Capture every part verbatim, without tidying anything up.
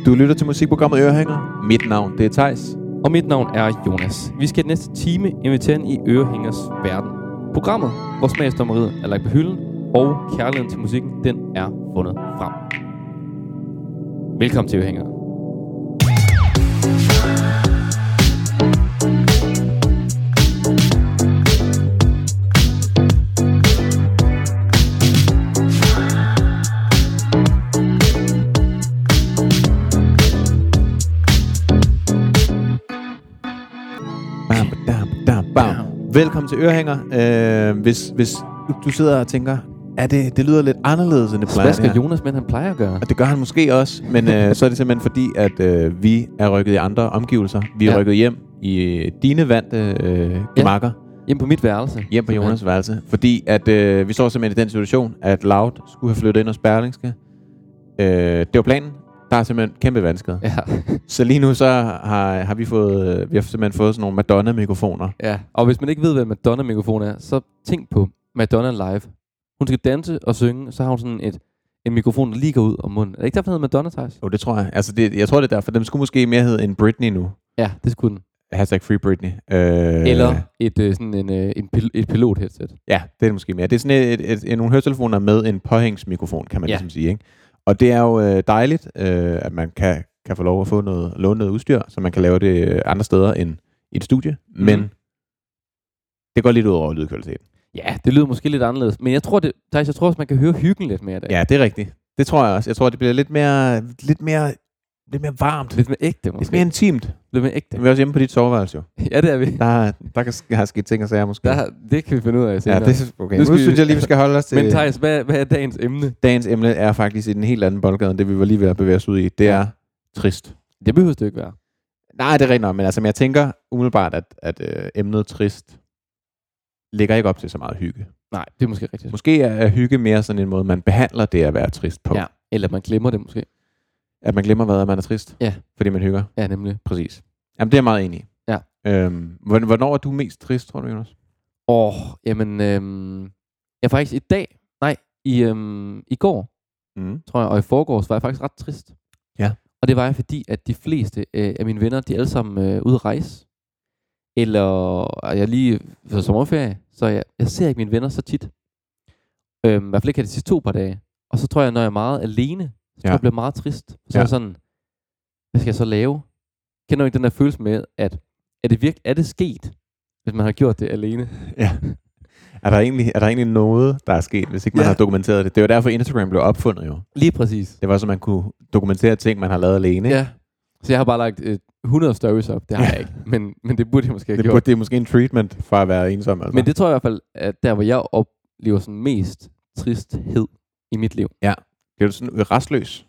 Du lytter til musikprogrammet Ørehænger. Mit navn, det er Theis. Og mit navn er Jonas. Vi skal i næste time invitere ind i Ørehængers verden. Programmet, hvor smagsdommeriet er lagt på hylden, og kærligheden til musikken, den er fundet frem. Velkommen til Ørehænger. Velkommen til Ørehænger. Øh, hvis, hvis du sidder og tænker, er det, det lyder lidt anderledes, end det plejer. Hvad skal Jonas, men han plejer at gøre? Og det gør han måske også, men øh, så er det simpelthen fordi, at øh, vi er rykket i andre omgivelser. Vi er ja. rykket hjem i dine vante øh, gemakker. Ja. Hjem på mit værelse. Hjem på Jonas' værelse. Fordi at øh, vi står simpelthen i den situation, at Loud skulle have flyttet ind hos Berlingske. Øh, det var planen. Der er simpelthen kæmpe vanskeligheder. Ja. Så lige nu så har, har vi fået, vi har simpelthen fået sådan nogle Madonna-mikrofoner. Ja, og hvis man ikke ved, hvad en Madonna-mikrofon er, så tænk på Madonna live. Hun skal danse og synge, så har hun sådan et, en mikrofon, der lige går ud om munden. Er det ikke derfor, den hedder Madonna, Theis? Jo, det tror jeg. Altså, det, jeg tror, det er derfor. Den skulle måske mere hedde en Britney nu. Ja, det skulle den. Hashtag Free Britney. Øh, Eller et, øh, sådan en, øh, en pil- et pilot-headset. Ja, det er det måske mere. Det er sådan et, et, et, et, nogle høretelefoner med en påhængsmikrofon, kan man ja. ligesom sige, ikke? Og det er jo øh, dejligt, øh, at man kan, kan få lov at få noget, låne noget udstyr, så man kan lave det øh, andre steder end i et studie. Mm. Men det går lidt ud over lydkvaliteten. Ja, det lyder måske lidt anderledes. Men jeg tror, det, Theis, jeg tror også, man kan høre hyggen lidt mere i dag. Ja, det er rigtigt. Det tror jeg også. Jeg tror, det bliver lidt mere, lidt mere, lidt mere varmt. Lidt mere ægte, måske. Lidt mere intimt. Lidt mere ægte. Vi er også hjemme på dit soveværelse, jo. Ja, det er vi. Der, der kan have sket ting og sager, måske. Der, det kan vi finde ud af. Ja, det, okay. Nu, nu synes jeg lige, vi skal holde os til... Men Theis, hvad, hvad er dagens emne? Dagens emne er faktisk i den helt anden boldgade, end det vi var lige ved at bevæge os ud i. Det er trist. Det behøver det ikke være. Nej, det er rigtigt nok, men altså, men jeg tænker umiddelbart, at, at øh, emnet trist ligger ikke op til så meget hygge. Nej, det er måske rigtigt. Måske er hygge mere sådan en måde, man behandler det at være trist på. Ja, eller man glemmer det måske. At man glemmer, hvad man er trist? Ja. Fordi man hygger? Ja, nemlig. Præcis. Jamen, det er jeg meget enig i. Ja. Øhm, hvornår er du mest trist, tror du, Jonas? Åh, oh, jamen, øhm, jeg faktisk i dag, nej, i, øhm, i går, mm. tror jeg, og i forgårs, var jeg faktisk ret trist. Ja. Og det var jeg, fordi at de fleste øh, af mine venner, de er alle sammen øh, ude at rejse. Eller jeg er lige for sommerferie, så jeg, jeg ser ikke mine venner så tit. Øhm, I hvert fald ikke de sidste to par dage. Og så tror jeg, når jeg er meget alene, så ja. tror jeg, jeg bliver meget trist. Så ja. er jeg sådan, hvad skal jeg så lave? Kender du ikke den der følelse med, at er det virkelig, er det sket, hvis man har gjort det alene? Ja. Er der egentlig, er der egentlig noget, der er sket, hvis ikke man ja. har dokumenteret det? Det var derfor, Instagram blev opfundet jo. Lige præcis. Det var så, man kunne dokumentere ting, man har lavet alene. Ja. Så jeg har bare lagt et hundrede stories op. Det har jeg ikke. Men, men det burde jeg måske have det gjort. Burde, det er måske en treatment for at være ensom. Altså. Men det tror jeg i hvert fald, at der hvor jeg oplever sådan mest tristhed i mit liv. Ja. Bliver du sådan restløs?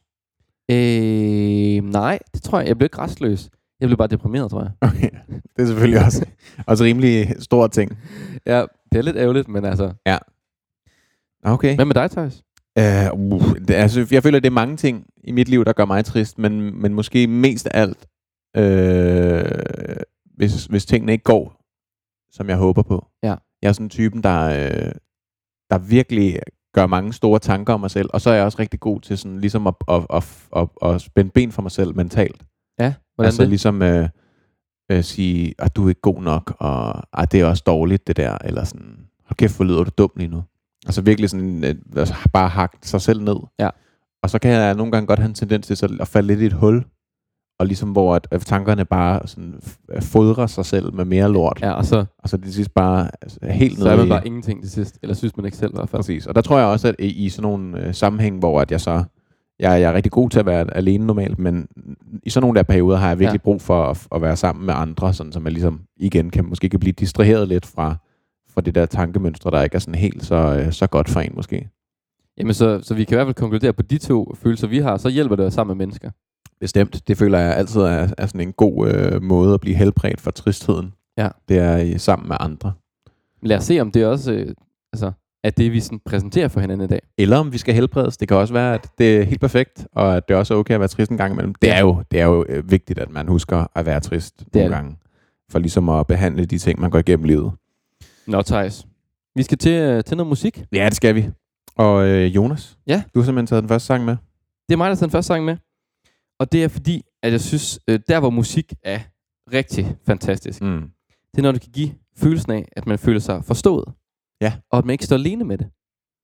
Øh, nej, det tror jeg. Jeg blev ikke restløs. Jeg blev bare deprimeret, tror jeg. Okay. Det er selvfølgelig også, også rimelig stor ting. Ja, det er lidt ærgerligt, men altså... Ja. Okay. Hvad med dig, Theis? Uh, uh, det, altså, jeg føler, at det er mange ting i mit liv, der gør mig trist, men, men måske mest af alt, øh, hvis, hvis tingene ikke går, som jeg håber på. Ja. Jeg er sådan en typen, der, øh, der virkelig gør mange store tanker om mig selv, og så er jeg også rigtig god til sådan, ligesom at, at, at, at, at spænde ben for mig selv mentalt. Ja, hvordan altså det? ligesom øh, øh, sige, at du er ikke god nok, og at det er også dårligt, det der, eller sådan, hold kæft, hvor lyder du dum lige nu. Altså virkelig sådan, øh, bare hakke sig selv ned. Ja. Og så kan jeg nogle gange godt have en tendens til så at falde lidt i et hul, og ligesom hvor at, at tankerne bare sådan fodrer sig selv med mere lort. Ja, og så, og så det sidst bare altså, helt ned. Så er man bare ingenting til sidst, eller synes man ikke selv i hvert fald. Præcis, og der tror jeg også, at i, i sådan nogle øh, sammenhæng, hvor at jeg så, jeg, jeg er rigtig god til at være alene normalt, men i sådan nogle der perioder har jeg virkelig ja. brug for at, at være sammen med andre, sådan så man ligesom igen kan måske kan blive distraheret lidt fra, fra det der tankemønstre, der ikke er sådan helt så, øh, så godt for en måske. Jamen så, så vi kan i hvert fald konkludere på de to følelser, vi har, så hjælper det sammen med mennesker. Bestemt. Det føler jeg altid er, er sådan en god øh, måde at blive helbredt for tristheden. Ja. Det er i, sammen med andre. Lad os se, om det også øh, altså, er det, vi sådan præsenterer for hinanden i dag. Eller om vi skal helbredes. Det kan også være, at det er helt perfekt, og at det også er okay at være trist en gang imellem. Det er jo, det er jo øh, vigtigt, at man husker at være trist det nogle gange. For ligesom at behandle de ting, man går igennem livet. Nå, Theis. Vi skal til, til noget musik. Ja, det skal vi. Og øh, Jonas, ja? Du har simpelthen taget den første sang med. Det er mig, der har taget den første sang med. Og det er fordi, at jeg synes, øh, der hvor musik er rigtig fantastisk, Mm. det er når det kan give følelsen af, at man føler sig forstået. Ja. Og at man ikke står alene med det.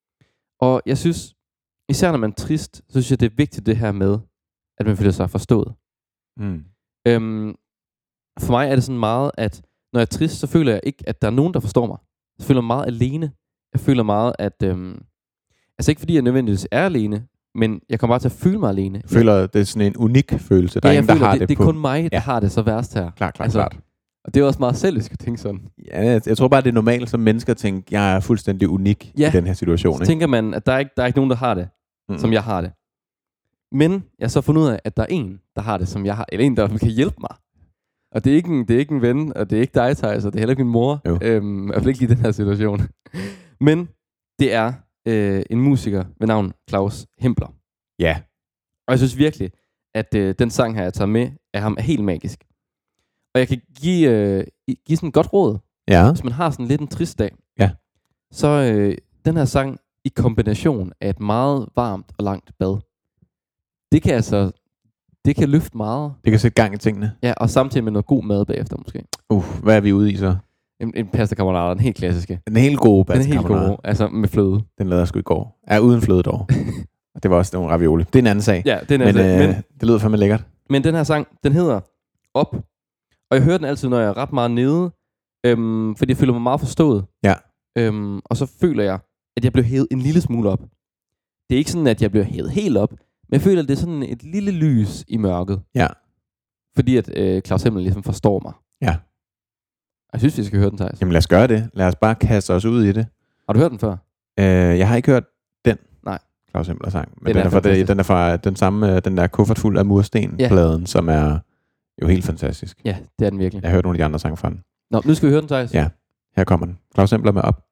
Og jeg synes, især når man er trist, så synes jeg, det er vigtigt det her med, at man føler sig forstået. Mm. Øhm, for mig er det sådan meget, at når jeg er trist, så føler jeg ikke, at der er nogen, der forstår mig. Jeg føler mig meget alene. Jeg føler meget, at... Øhm, altså ikke fordi jeg nødvendigvis er alene, men jeg kommer bare til at føle mig alene. Jeg føler, det er sådan en unik følelse. Der ja, er ingen, der føler, har det, det, det på... er kun mig, der ja. har det så værst her. Klart, klart, altså, klart. Og det er også meget selvisk at tænke sådan. Ja, jeg, jeg tror bare, det er normalt som mennesker at tænke, jeg er fuldstændig unik ja, i den her situation. Så ikke? tænker man, at der er ikke, der er ikke nogen, der har det, mm. som jeg har det. Men jeg har så fundet ud af, at der er en, der har det, som jeg har. Eller en, der kan hjælpe mig. Og det er ikke en, det er ikke en ven, og det er ikke dig, Thijs, og det er heller ikke min mor. Øhm, I hvert fald ikke i den her situation. Men det er øh, en musiker ved navn Claus Hempler. Ja. Og jeg synes virkelig, at øh, den sang her, jeg tager med, af ham er helt magisk. Og jeg kan give, øh, give sådan et godt råd, ja. hvis man har sådan lidt en trist dag. Ja. Så øh, den her sang i kombination af et meget varmt og langt bad, det kan altså, det kan løfte meget. Det kan sætte gang i tingene. Ja, og samtidig med noget god mad bagefter måske. Uh, hvad er vi ude i så? En, en pasta carbonara, den helt klassiske. Den helt gode pasta Den helt gode, altså med fløde. Den lavede jeg sgu i går. Ja, uden fløde dog. Det var også nogle ravioli. Det er en anden sag. Ja, det er en men, anden sag. Øh, men, det lyder fandme lækkert. Men den her sang, den hedder Op. Og jeg hører den altid, når jeg er ret meget nede. Øhm, fordi jeg føler mig meget forstået. Ja. Øhm, og så føler jeg, at jeg bliver hævet en lille smule op. Det er ikke sådan, at jeg bliver hævet helt op. Men jeg føler, at det er sådan et lille lys i mørket. Ja. Fordi at øh, Claus Hempler ligesom forstår mig. Ja. Jeg synes, vi skal høre den, Thijs. Jamen lad os gøre det. Lad os bare kaste os ud i det. Har du hørt den før? Øh, jeg har ikke hørt den. Nej. Claus Hempler sang. Men den, den, er er fra det, den er fra den samme, den der kuffert fuld af mursten-pladen, ja. Som er jo helt fantastisk. Ja, det er den virkelig. Jeg har hørt nogle af de andre sange fra den. Nå, nu skal vi høre den, Thijs. Ja, her kommer den. Claus Hempler med Op.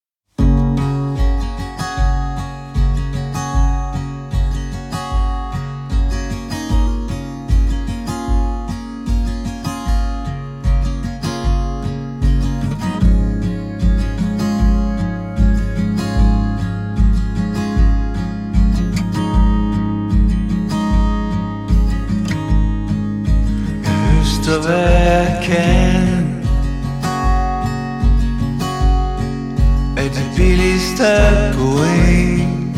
Hvad jeg kan af det billigste point.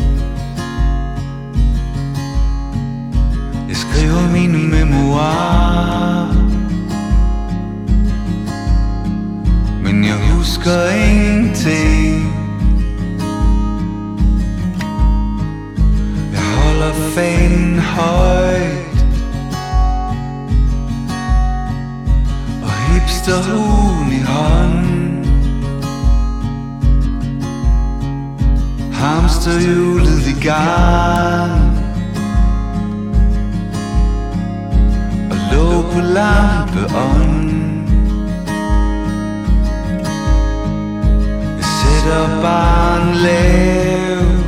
Jeg skriver mine memoirer, men jeg husker ingenting. Jeg holder fanen højt, hipsterhuen i hånden, hamsterhjulet i gang, og låg på lampeånden. Jeg sætter barn lavt,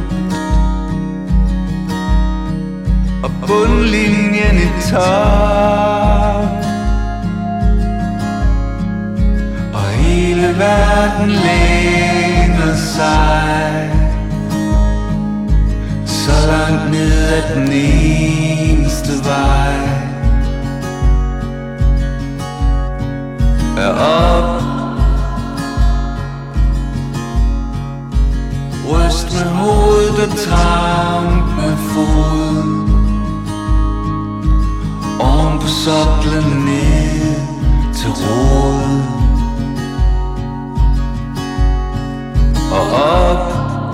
og bundlinjen i top. Hele verden læner sig så langt ned ad den eneste vej er op. Ryst med hovedet og tramp med foden, oven på soklen ned til roden. Og op.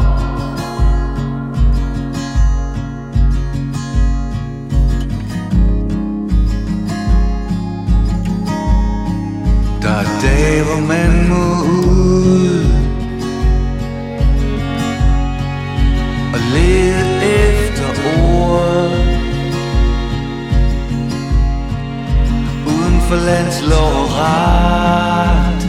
Der er dage, hvor man må ud og lede efter ord uden for landslov og ret.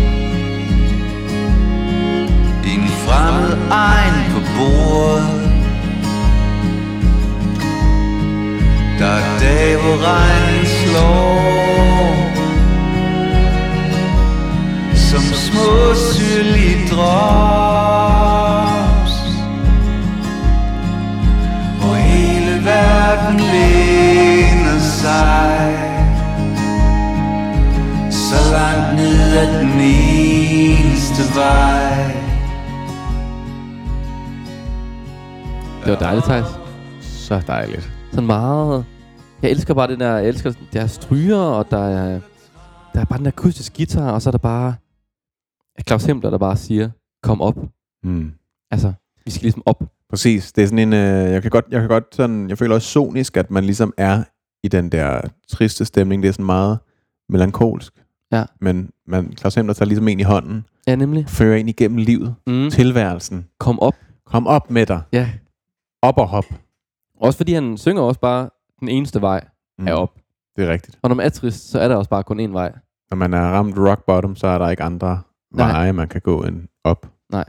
Fremmed egen på bordet. Der er dage, hvor regnen slår som små syrlige drops, hvor hele verden læner Det var dejligt, Thijs. Så dejligt. Sådan meget... Jeg elsker bare det der... Jeg elsker, der er stryger, og der er... Der er bare den der akustisk guitar, og så er der bare... Claus Hempler, der bare siger, kom op. Mm. Altså, vi skal ligesom op. Præcis. Det er sådan en... Øh, jeg kan godt... Jeg kan godt sådan... Jeg føler også sonisk, at man ligesom er i den der triste stemning. Det er sådan meget melankolsk. Ja. Men man, Claus Hempler tager ligesom en i hånden. Ja, nemlig. Fører ind igennem livet. Mm. Tilværelsen. Kom op. Kom op med dig. Ja. Op og hop. Også fordi han synger også bare, den eneste vej Mm. er op. Det er rigtigt. Og når man er trist, så er der også bare kun én vej. Når man er ramt rock bottom, så er der ikke andre Nej. veje, man kan gå end op. Nej.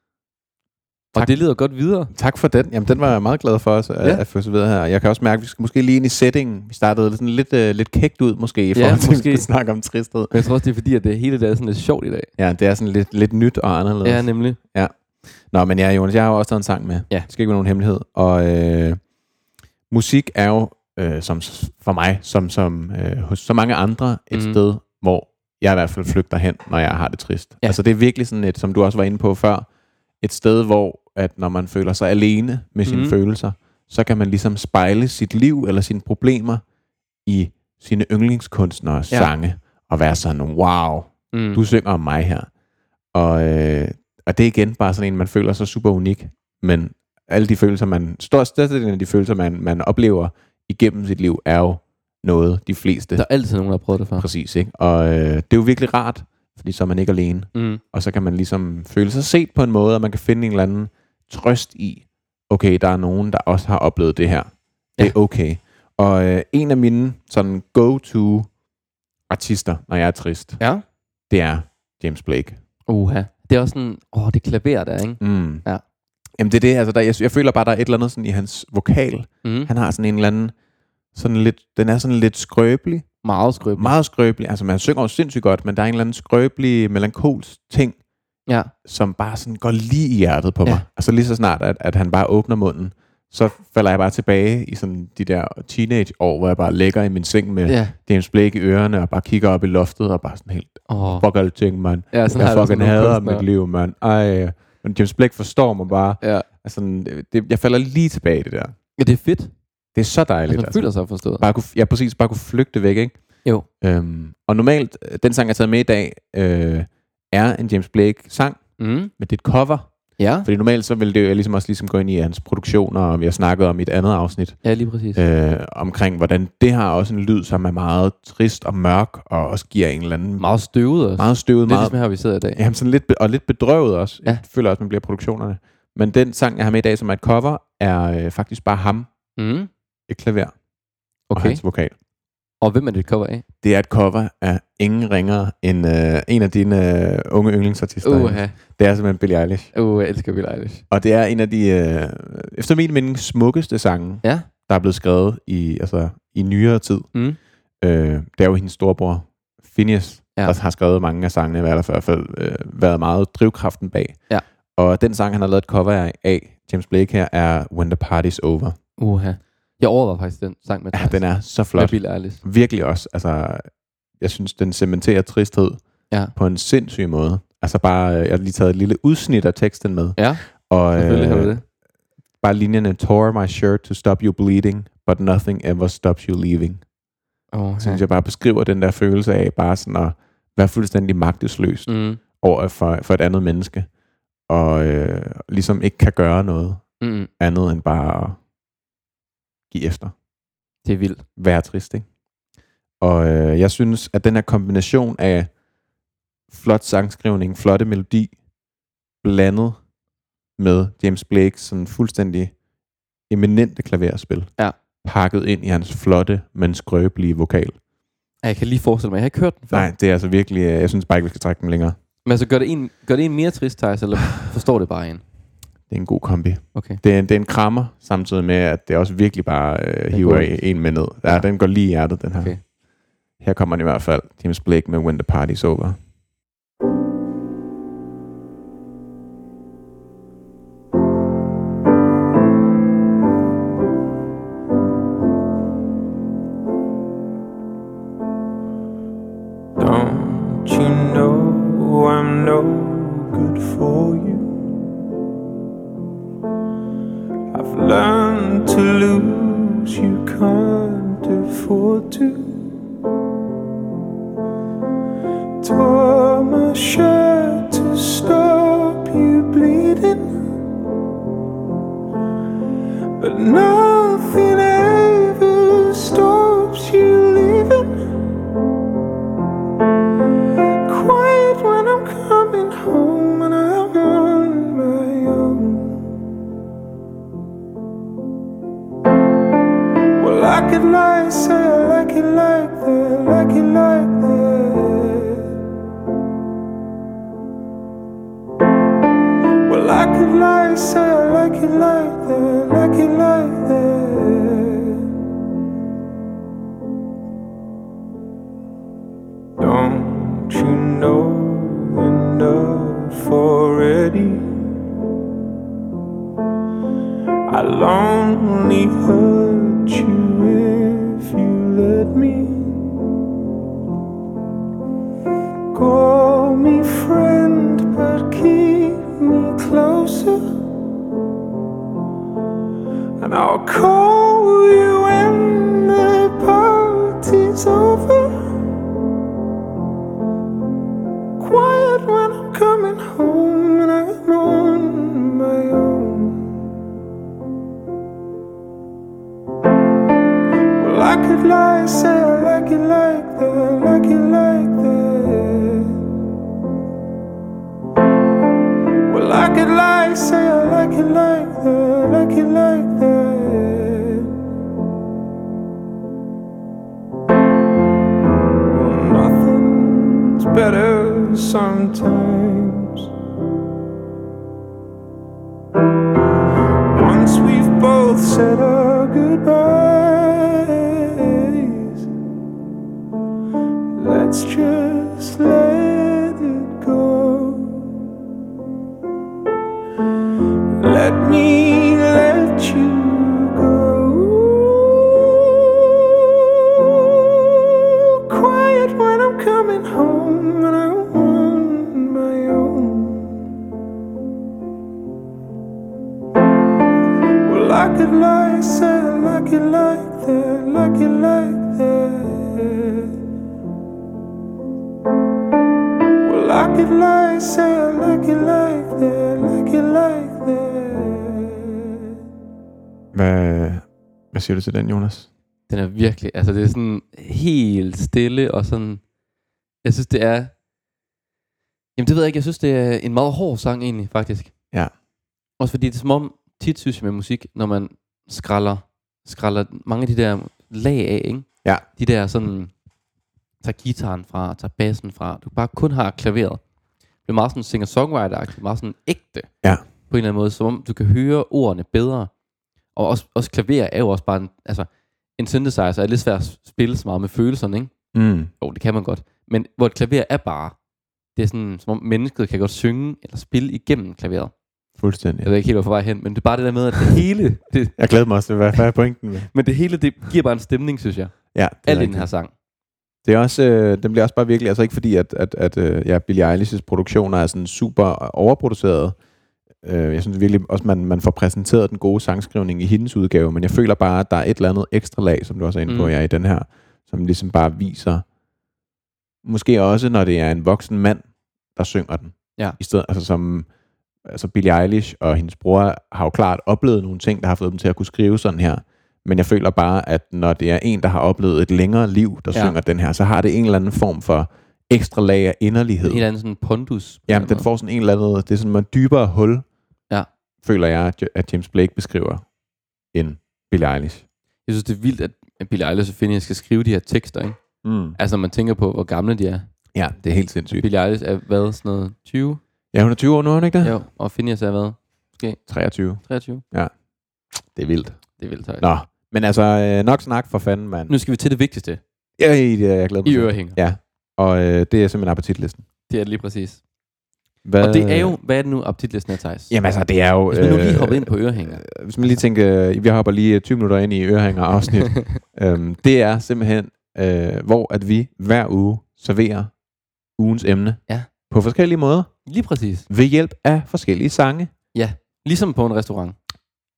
Tak. Og det leder godt videre. Tak for den. Jamen, den var jeg meget glad for os at, Ja. at få så videre her. Jeg kan også mærke, at vi skal måske lige ind i settingen. Vi startede sådan lidt, uh, lidt kægt ud, måske, i Ja, forhold til, måske. at vi skal snakke om tristhed. Men jeg tror også, det er fordi, at det hele det er sådan lidt sjovt i dag. Ja, det er sådan lidt, lidt nyt og anderledes. Ja, nemlig. Nå, men ja, Jonas, jeg har jo også taget en sang med. Ja. Det skal ikke være nogen hemmelighed. Og øh, musik er jo øh, som, for mig, som, som øh, hos så mange andre, et Mhm. sted, hvor jeg i hvert fald flygter hen, når jeg har det trist. Ja. Altså det er virkelig sådan et, som du også var inde på før, et sted, hvor at når man føler sig alene med sine Mhm. følelser, så kan man ligesom spejle sit liv eller sine problemer i sine yndlingskunstneres Ja. sange, og være sådan, wow, Mm. du synger om mig her. Og, øh, og det er igen bare sådan en, man føler sig super unik. Men alle de følelser, man... Størstedelen af de følelser, man, man oplever igennem sit liv, er jo noget, de fleste... Der er altid nogen, der har prøvet det før. Præcis, ikke? Og øh, det er jo virkelig rart, fordi så er man ikke alene. Mm. Og så kan man ligesom føle sig set på en måde, og man kan finde en eller anden trøst i, okay, der er nogen, der også har oplevet det her. Det er okay. Og øh, en af mine sådan go-to artister, når jeg er trist, Ja. det er James Blake. Uha. Det er også sådan... Åh, det klaver der, ikke? Mm. Ja. Jamen det er det, altså der, jeg, jeg føler bare, der er et eller andet sådan i hans vokal. Mm. Han har sådan en eller anden, sådan lidt, den er sådan lidt skrøbelig. Meget skrøbelig. Meget skrøbelig. Altså man synger jo sindssygt godt, men der er en eller anden skrøbelig, melankolsk ting, Ja. som bare sådan går lige i hjertet på Ja. mig. Altså lige så snart, at, at han bare åbner munden, så falder jeg bare tilbage i sådan de der teenage-år, hvor jeg bare ligger i min seng med Ja. James Blake i ørerne, og bare kigger op i loftet, og bare sådan helt, Åh. fuck alting, mand. Ja, sådan har Jeg det også fucking nogle hader kunstnere. mit liv, mand. Ej, men James Blake forstår mig bare. Ja. Altså, det, jeg falder lige tilbage i det der. Ja, det er fedt. Det er så dejligt. Altså, man føler sig forstået. Bare kunne, ja, præcis. Bare kunne flygte væk, ikke? Jo. Øhm, og normalt, øh, den sang, jeg har taget med i dag, øh, er en James Blake-sang, Mm. men det er et cover. Ja. Fordi normalt, så vil det jo ligesom også ligesom gå ind i hans produktioner, og vi har snakket om i et andet afsnit, Ja, lige præcis. øh, omkring, hvordan det har også en lyd, som er meget trist og mørk, og også giver en eller anden Meget støvet også. meget støvet, Det er meget, ligesom her, vi sidder i dag. jamen, sådan lidt, be- og lidt bedrøvet også. Ja. Jeg føler også, man bliver produktionerne. Men den sang, jeg har med i dag, som er et cover, er øh, faktisk bare ham, Mm. et klaver og Okay. hans vokal. Og hvem er det et cover af? Det er et cover af ingen ringer end øh, en af dine øh, unge yndlingsartister. Uha. Det er simpelthen Billie Eilish. Uh, jeg elsker Billie Eilish. Og det er en af de, øh, efter min mening, smukkeste sange, Ja. der er blevet skrevet i, altså, i nyere tid. Mm. Øh, det er jo hendes storebror, Phineas, Ja. der har skrevet mange af sangene, i hvert fald øh, været meget drivkraften bag. Ja. Og den sang, han har lavet et cover af, af James Blake her, er When the Party's Over. Uha. Jeg overvejer faktisk den sang med Ja, Thijs. den er så Med flot. Billie Eilish. Virkelig også. Altså, jeg synes, den cementerer tristhed Ja. på en sindssyg måde. Altså bare, øh, jeg har lige taget et lille udsnit af teksten med. Ja, Og selvfølgelig har du det. bare linjerne, tore my shirt to stop you bleeding, but nothing ever stops you leaving. Oh, Synes jeg bare beskriver den der følelse af bare sådan at være fuldstændig magtesløs Mm. over for, for et andet menneske. Og øh, ligesom ikke kan gøre noget Mm. andet end bare at give efter. Det er vildt. Være trist, ikke? Og øh, jeg synes, at den her kombination af flot sangskrivning, flotte melodi, blandet med James Blakes sådan fuldstændig eminente klaverspil, Ja. pakket ind i hans flotte, men skrøbelige vokal. Ja, jeg kan lige forestille mig, jeg har ikke hørt den før. Nej, det er altså virkelig, øh, jeg synes bare ikke, vi skal trække den længere. Men altså, gør det en, gør det en mere trist, Thijs, eller forstår det bare en? Det er en god kombi. Okay. Det er, en, det er en krammer, samtidig med, at det også virkelig bare øh, hiver god. en med ned. Ja, Ja. den går lige i hjertet, den her. Okay. Her kommer den i hvert fald. James Blake med When the Party's Over. Don't you know I'm no good for you? I've learned what to. Tore my shirt to stop you bleeding, but nothing ever stops you leaving. Quiet when I'm coming home and I'm on my own. Well, I could lie, say I like it like that, like it like that. Well, I could lie, say I like it like that, like it like that. Don't you know enough already? I'll only hurt you if you let me. Call me friend, but keep me closer, and I'll call you when the party's over. Quiet when I'm coming home and I'm on my own. Well, I could lie, say I like it like that, like it like that. Well, I could lie, say I like it like that, like it like that. Well, nothing's better sometimes. Once we've both said our goodbyes, let's just let it go. Let me let you go. Quiet when I'm coming home and I'm on my own. Well, I could lie, say I like it like that, like it like that. Well, I could lie, say I like it like that, like it like that. Hvad, hvad siger du til den, Jonas? Den er virkelig, altså det er sådan helt stille og sådan, jeg synes det er, jamen det ved jeg ikke, jeg synes det er en meget hård sang egentlig, faktisk. Ja. Også fordi det er som om, tit synes jeg med musik, når man skralder, skralder mange af de der lag af, ikke? Ja. De der sådan, tager gitaren fra, tager bassen fra, du bare kun har klaveret. Det er meget sådan singer-songwriter-agtigt, meget sådan ægte. Ja. På en eller anden måde, som om du kan høre ordene bedre. Og også, også klaver er jo også bare en, altså, en synthesizer er lidt svært at spille så meget med følelserne, ikke? Mm. Jo, det kan man godt. Men hvor et klaver er bare, det er sådan, som om mennesket kan godt synge eller spille igennem klaveret. Fuldstændig. Jeg ved ikke helt, hvor vej hen, men det er bare det der med, at det hele, det, Jeg glæder mig også til, hvad er pointen med. men det hele, det giver bare en stemning, synes jeg. Ja, Alt i den her sang. Det er også, øh, den bliver også bare virkelig, altså ikke fordi, at, at, at øh, ja, Billie Eilish's produktioner er sådan super overproduceret. Øh, jeg synes virkelig også, man, man får præsenteret den gode sangskrivning i hendes udgave, men jeg føler bare, at der er et eller andet ekstra lag, som du også er inde på, Mm. ja, i den her, som ligesom bare viser, måske også, når det er en voksen mand, der synger den. Ja. I stedet, altså som, altså Billie Eilish og hendes bror har jo klart oplevet nogle ting, der har fået dem til at kunne skrive sådan her. Men jeg føler bare, at når det er en, der har oplevet et længere liv, der Ja. synger den her, så har det en eller anden form for ekstra lag af inderlighed. En eller anden sådan pondus. på Jamen, en den måde. får sådan en eller anden, det er sådan en dybere hul, Ja. føler jeg, at James Blake beskriver, end Billie Eilish. Jeg synes, det er vildt, at Billie Eilish og Finneas skal skrive de her tekster, ikke? Mm. Altså, man tænker på, hvor gamle de er. Ja, det er helt sindssygt. Billie Eilish er hvad, sådan noget tyve? Ja, hun er tyve år nu, er hun ikke det? Jo, og Finneas er hvad? treogtyve. treogtyve? Det er vildt. Det er vildt højt. Nå, men altså, øh, nok snak for fanden, mand. Nu skal vi til det vigtigste. Ja, det er jeg glæder mig I til. ørehænger. Ja, og øh, det er simpelthen appetitlisten. Det er det lige præcis. Hvad, Og det er jo, hvad er det nu, appetitlisten er, Theis? Jamen altså, det er jo... Hvis man nu lige øh, hopper ind på ørehænger. øh, Hvis man lige tænker, øh, vi hopper lige tyve minutter ind i ørehænger-afsnit. øhm, det er simpelthen, øh, hvor at vi hver uge serverer ugens emne Ja. på forskellige måder, Lige præcis. ved hjælp af forskellige sange. Ja, ligesom på en restaurant.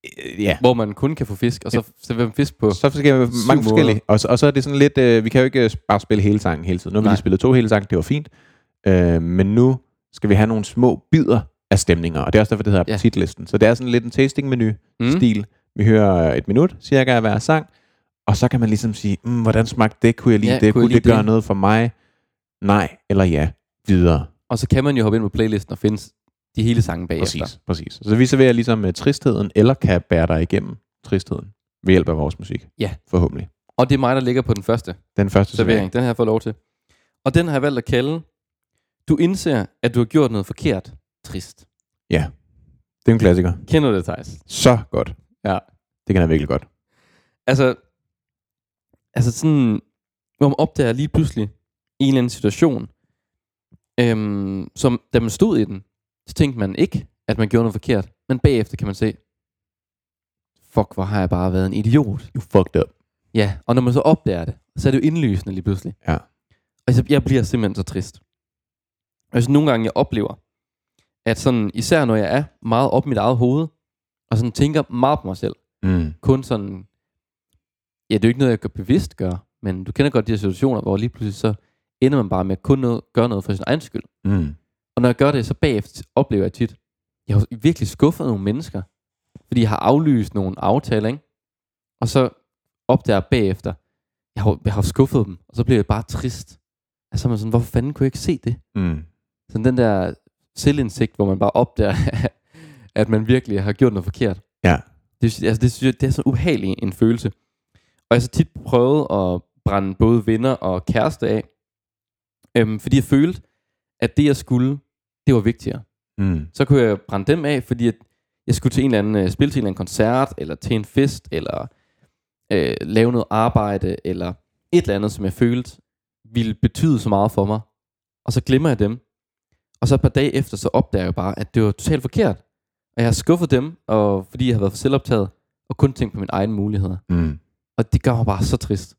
Øh, ja. Hvor man kun kan få fisk, og så serverer man fisk på Så skal vi mange forskellige. Og så, og så er det sådan lidt, øh, vi kan jo ikke bare spille hele sangen hele tiden. Nu har vi lige spillet to hele sange, det var fint. Øh, men nu skal vi have nogle små bidder af stemninger, og det er også derfor, det hedder ja. appetitlisten. Så det er sådan lidt en tasting-menu-stil. Mm. Vi hører et minut cirka af hver sang, og så kan man ligesom sige, mm, hvordan smagte det? Kunne jeg lide ja, det? Kunne, kunne det gøre det? noget for mig? Nej eller ja. Videre. Og så kan man jo hoppe ind på playlisten og finde de hele sange bagefter. Præcis, præcis. Så vi serverer ligesom uh, tristheden, eller kan bære dig igennem tristheden, ved hjælp af vores musik. Ja. Forhåbentlig. Og det er mig, der ligger på den første Den første servering. servering. Den har jeg fået lov til. Og den har jeg valgt at kalde, du indser, at du har gjort noget forkert. Trist. Ja, det er en klassiker. Kender du det, Theis? Så godt. Ja. Det kan jeg virkelig godt. Altså, altså sådan, hvor man opdager lige pludselig i en eller anden situation, øhm, som da man stod i den, så tænkte man ikke, at man gjorde noget forkert. Men bagefter kan man se, fuck, hvor har jeg bare været en idiot. You fucked up. Ja, og når man så opdager det, så er det jo indlysende lige pludselig. Ja. Og jeg, jeg bliver simpelthen så trist. Altså nogle gange jeg oplever, at sådan, især når jeg er meget op i mit eget hoved, og sådan tænker meget på mig selv, Mm. kun sådan, ja, det er jo ikke noget, jeg kan bevidst gøre, men du kender godt de her situationer, hvor lige pludselig så ender man bare med at kun noget, gøre noget for sin egen skyld. Mm. Og når jeg gør det, så bagefter oplever jeg tit, jeg har virkelig skuffet nogle mennesker, fordi jeg har aflyst nogle aftaler, ikke? Og så opdager jeg bagefter, jeg har, jeg har skuffet dem, og så bliver jeg bare trist. Altså man sådan, hvorfor fanden kunne jeg ikke se det? Mm. Sådan den der selvindsigt, hvor man bare opdager, at man virkelig har gjort noget forkert. Ja. Det, altså, det, synes jeg, det er så ubehageligt en følelse. Og jeg har så tit prøvet at brænde både venner og kæreste af, øhm, fordi jeg følte, at det jeg skulle, det var vigtigere. Mm. Så kunne jeg brænde dem af, fordi at jeg skulle til en eller anden, uh, spille til en eller anden koncert, eller til en fest, eller øh, lave noget arbejde, eller et eller andet, som jeg følte ville betyde så meget for mig. Og så glemmer jeg dem. Og så et par dage efter, så opdager jeg bare, at det var totalt forkert. Og jeg har skuffet dem, og fordi jeg har været for selvoptaget, og kun tænkt på mine egne muligheder. Mm. Og det gør mig bare så trist.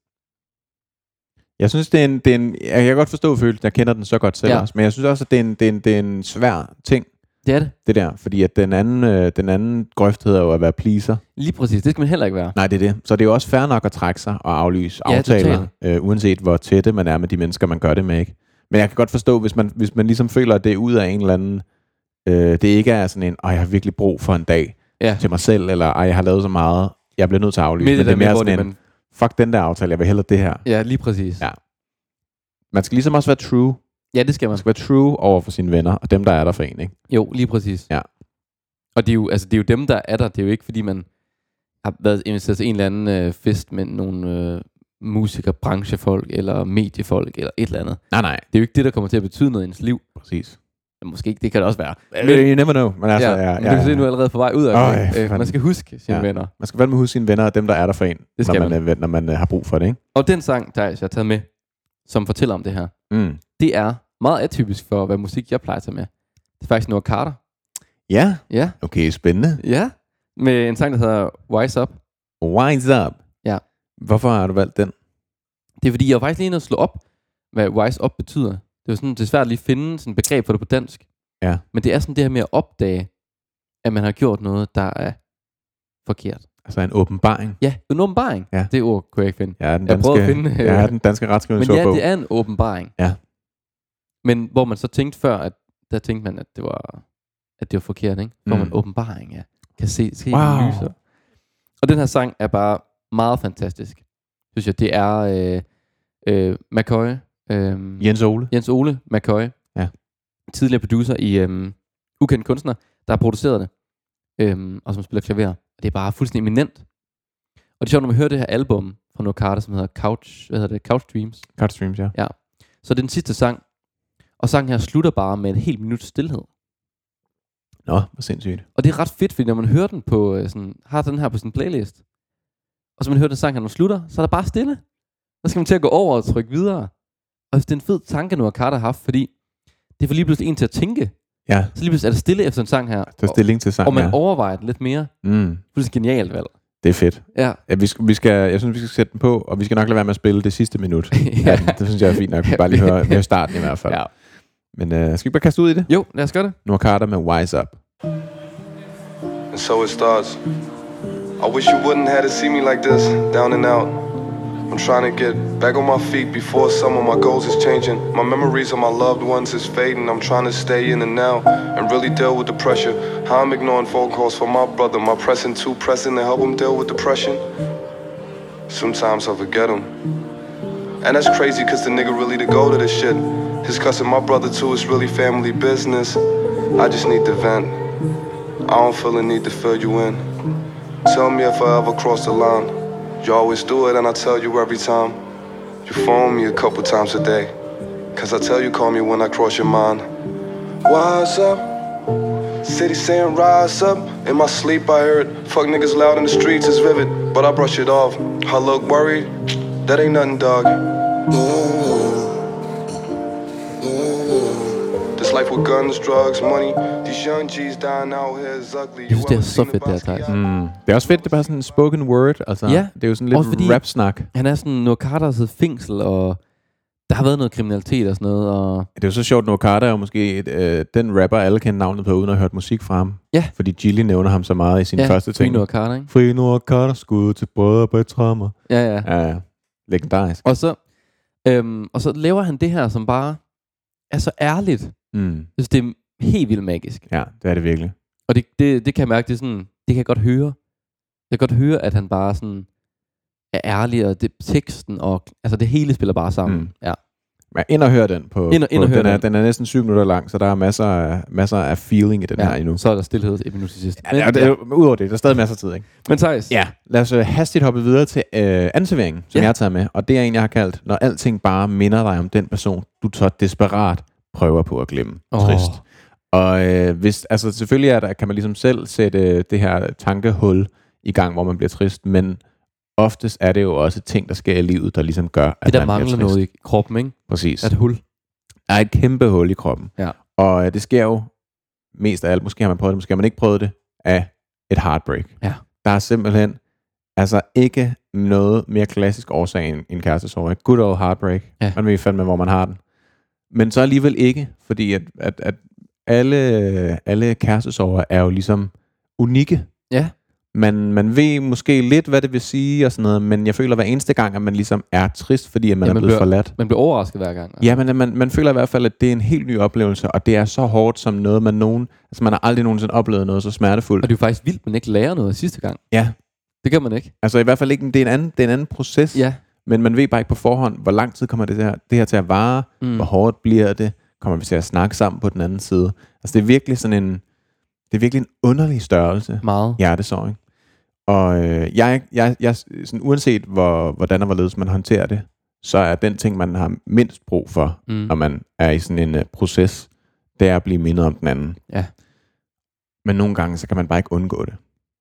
Jeg synes, det er en, det er en, jeg kan godt forstå følelsen, jeg kender den så godt selv Ja. også, men jeg synes også, at det er en, det er en, det er en svær ting, Det er det. det der, fordi at den anden, øh, den anden grøft hedder jo at være pleaser. Lige præcis. Det skal man heller ikke være. Nej, det er det. Så det er jo også fair nok at trække sig og aflyse Ja, aftaler, øh, uanset hvor tætte man er med de mennesker, man gør det med, ikke? Men jeg kan godt forstå, hvis man, hvis man ligesom føler, at det er ud af en eller anden, øh, det ikke er sådan en, ej, jeg har virkelig brug for en dag Ja. til mig selv, eller ej, jeg har lavet så meget, jeg bliver nødt til at aflyse. Midt i Men det er der med, mere hvor sådan det, en, man... fuck den der aftale, jeg vil hellere det her. Ja, lige præcis. Ja. Man skal ligesom også være true. Ja, det skal man. Man skal være true over for sine venner, og dem, der er der for en, ikke? Jo, lige præcis. Ja. Og det er, jo, altså, det er jo dem, der er der. Det er jo ikke, fordi man har været inviteret til en eller anden øh, fest med nogle øh, musikere, branchefolk, eller mediefolk, eller et eller andet. Nej, nej. Det er jo ikke det, der kommer til at betyde noget i ens liv. Præcis. Måske ikke, det kan det også være. Men, you never know. Men altså, ja, ja, ja, men du kan ja. se, nu er allerede på vej ud af Øj, det. Øh, fanden. man skal huske sine Ja. venner. Man skal vel med huske sine venner, og dem, der er der for en, Det skal når man, man. øh, når man øh, har brug for det, ikke? Og den sang, der jeg har taget med, som fortæller om det her, Mm. det er meget atypisk for, hvad musik jeg plejer at tage med. Det er faktisk Noah Carter. Ja, Ja, okay, spændende. ja. Med en sang, der hedder Wise Up. Wise up. Ja. Hvorfor har du valgt den? Det er fordi, jeg var faktisk lige inde og slå op, hvad Wise Up betyder. Det er jo sådan, det er svært at lige finde sådan et begreb for det på dansk. Ja. Men det er sådan det her med at opdage, at man har gjort noget, der er forkert. Altså en åbenbaring. Ja, en åbenbaring. Ja. Det ord kunne jeg ikke finde. Jeg er den Jeg danske, prøvede at finde, øh, jeg er den danske Men ja, retskrivningsordbog. det er en åbenbaring. Ja. Men hvor man så tænkte før, at der tænkte man, at det var, at det var forkert, ikke? Hvor Mm. man åbenbaring, ja. Kan se, se Wow. lyser. Og den her sang er bare meget fantastisk. Synes jeg, det er øh, øh, McCoy. Øh, Jens Ole. Jens Ole McCoy. Ja. Tidligere producer i øh, Ukendt Kunstner, der har produceret det. Øh, og som spiller klaver. Og det er bare fuldstændig eminent. Og det er sjovt, når man hører det her album fra Noah Carter, som hedder Couch, hvad hedder det? Couch Dreams. Cut Streams, ja. Ja. Så det er den sidste sang. Og sangen her slutter bare med en helt minut stillhed. Nå, hvor sindssygt. Og det er ret fedt, fordi når man hører den på øh, sådan, har den her på sin playlist, og så man hører den sang her, når den slutter, så er der bare stille. Så skal man til at gå over og trykke videre. Og det er en fed tanke, Noah Carter har haft, fordi det får lige pludselig en til at tænke. Ja, Så lige pludselig er der stille efter en sang her. der er stilling til og, og sangen, man ja. overvejer den lidt mere. Mm, Fuldstændig genialt valg. det er fedt. Ja. Ja, vi skal, vi skal, jeg synes, vi skal sætte den på, og vi skal nok lade være med at spille det sidste minut. Ja. Ja, det synes jeg er fint nok. Bare lige høre, høre starten i hvert fald. Ja. Men øh, skal vi bare kaste ud i det? Jo, lad os gøre det. Noah Carter med Wise Up. And so it starts. I wish you wouldn't have to see me like this, down and out. I'm trying to get back on my feet before some of my goals is changing. My memories of my loved ones is fading. I'm trying to stay in the now and really deal with the pressure. How I'm ignoring phone calls from my brother. My pressing too pressing to help him deal with depression. Sometimes I forget him. And that's crazy cause the nigga really to go to this shit. His cousin, my brother too, is really family business. I just need to vent. I don't feel the need to fill you in. Tell me if I ever cross the line. You always do it and I tell you every time. You phone me a couple times a day. Cause I tell you call me when I cross your mind. Wise up. City saying rise up. In my sleep I heard fuck niggas loud in the streets is vivid. But I brush it off. I look worried. That ain't nothing, dog. This life with guns, drugs, money. These young G's dying out here is ugly. Jeg synes, det er så fedt, det her, Thijs. Mm. Det er også fedt, det er bare sådan en spoken word. Altså, Ja, det er jo sådan lidt også fordi- rap-snak. Han er sådan, Noah Carter har siddet i fængsel, og der har været noget kriminalitet og sådan noget, og Det er jo så sjovt, Noah Carter er jo måske et, øh, den rapper, alle kender navnet på, uden at have hørt musik fra ham. Ja. Fordi Gilly nævner ham så meget i sin ja, første Free ting. Noah Carter, ikke? Free Noah Carter, skud til brødre på et trammer. Ja, ja. Ja, ja. Legendarisk. Og så, øhm, og så laver han det her, som bare er så ærligt. Mm. Jeg synes, det er helt vildt magisk. Ja, det er det virkelig. Og det, det, det kan jeg mærke, det er sådan, det kan jeg godt høre. Jeg kan godt høre, at han bare sådan er ærlig, og det, teksten, og altså det hele spiller bare sammen. Mm. Ja. Men ind og hør den på. Ind og- ind og på hør den, er, den. den er næsten syv minutter lang, så der er masser af, masser af feeling i den her ja. endnu. Så er der stillhed et minut til sidst. Ja, det, er- det, er- Udover det, der er stadig masser af tid, ikke? Men Thijs, Ja, lad os uh, hastigt hoppe videre til uh, anserveringen, som Ja. jeg har taget med. Og det er en, jeg har kaldt, når alting bare minder dig om den person, du så desperat prøver på at glemme. Åh. Trist. Og øh, hvis, altså selvfølgelig er der, kan man ligesom selv sætte øh, det her tankehul i gang, hvor man bliver trist, men oftest er det jo også ting, der sker i livet, der ligesom gør, at det der man mangler bliver trist. noget i kroppen, ikke? Præcis. Er et hul. Der er et kæmpe hul i kroppen. Ja. Og øh, det sker jo mest af alt, måske har man prøvet det, måske har man ikke prøvet det, af et heartbreak. Ja. Der er simpelthen altså ikke noget mere klassisk årsag end en kærestesorg. Ikke? Good old heartbreak. Ja. Man ved fandme, hvor man har den. Men så alligevel ikke, fordi at, at, at alle, alle kærestesorger er jo ligesom unikke. Ja. Man, man ved måske lidt, hvad det vil sige og sådan noget, men jeg føler hver eneste gang, at man ligesom er trist, fordi at man Ja, er man blevet bliver- forladt. Man bliver overrasket hver gang. Ja, men man, man føler i hvert fald, at det er en helt ny oplevelse, og det er så hårdt som noget, man nogen... Altså, man har aldrig nogensinde oplevet noget så smertefuldt. Og det er jo faktisk vildt, at man ikke lærer noget sidste gang. Ja, Det kan man ikke. altså i hvert fald ikke... Det er en anden, det er en anden proces, Ja. men man ved bare ikke på forhånd, hvor lang tid kommer det her, det her til at vare, Mm. hvor hårdt bliver det, kommer vi til at snakke sammen på den anden side. Altså, det er virkelig sådan en... Det er virkelig en underlig størrelse, Meget. hjertesorg, ikke? Og øh, jeg, jeg, jeg, sådan, uanset hvor, hvordan og hvorledes man håndterer det, så er den ting, man har mindst brug for, Mm. når man er i sådan en uh, proces, det er at blive mindet om den anden. Ja. Men nogle gange, så kan man bare ikke undgå det.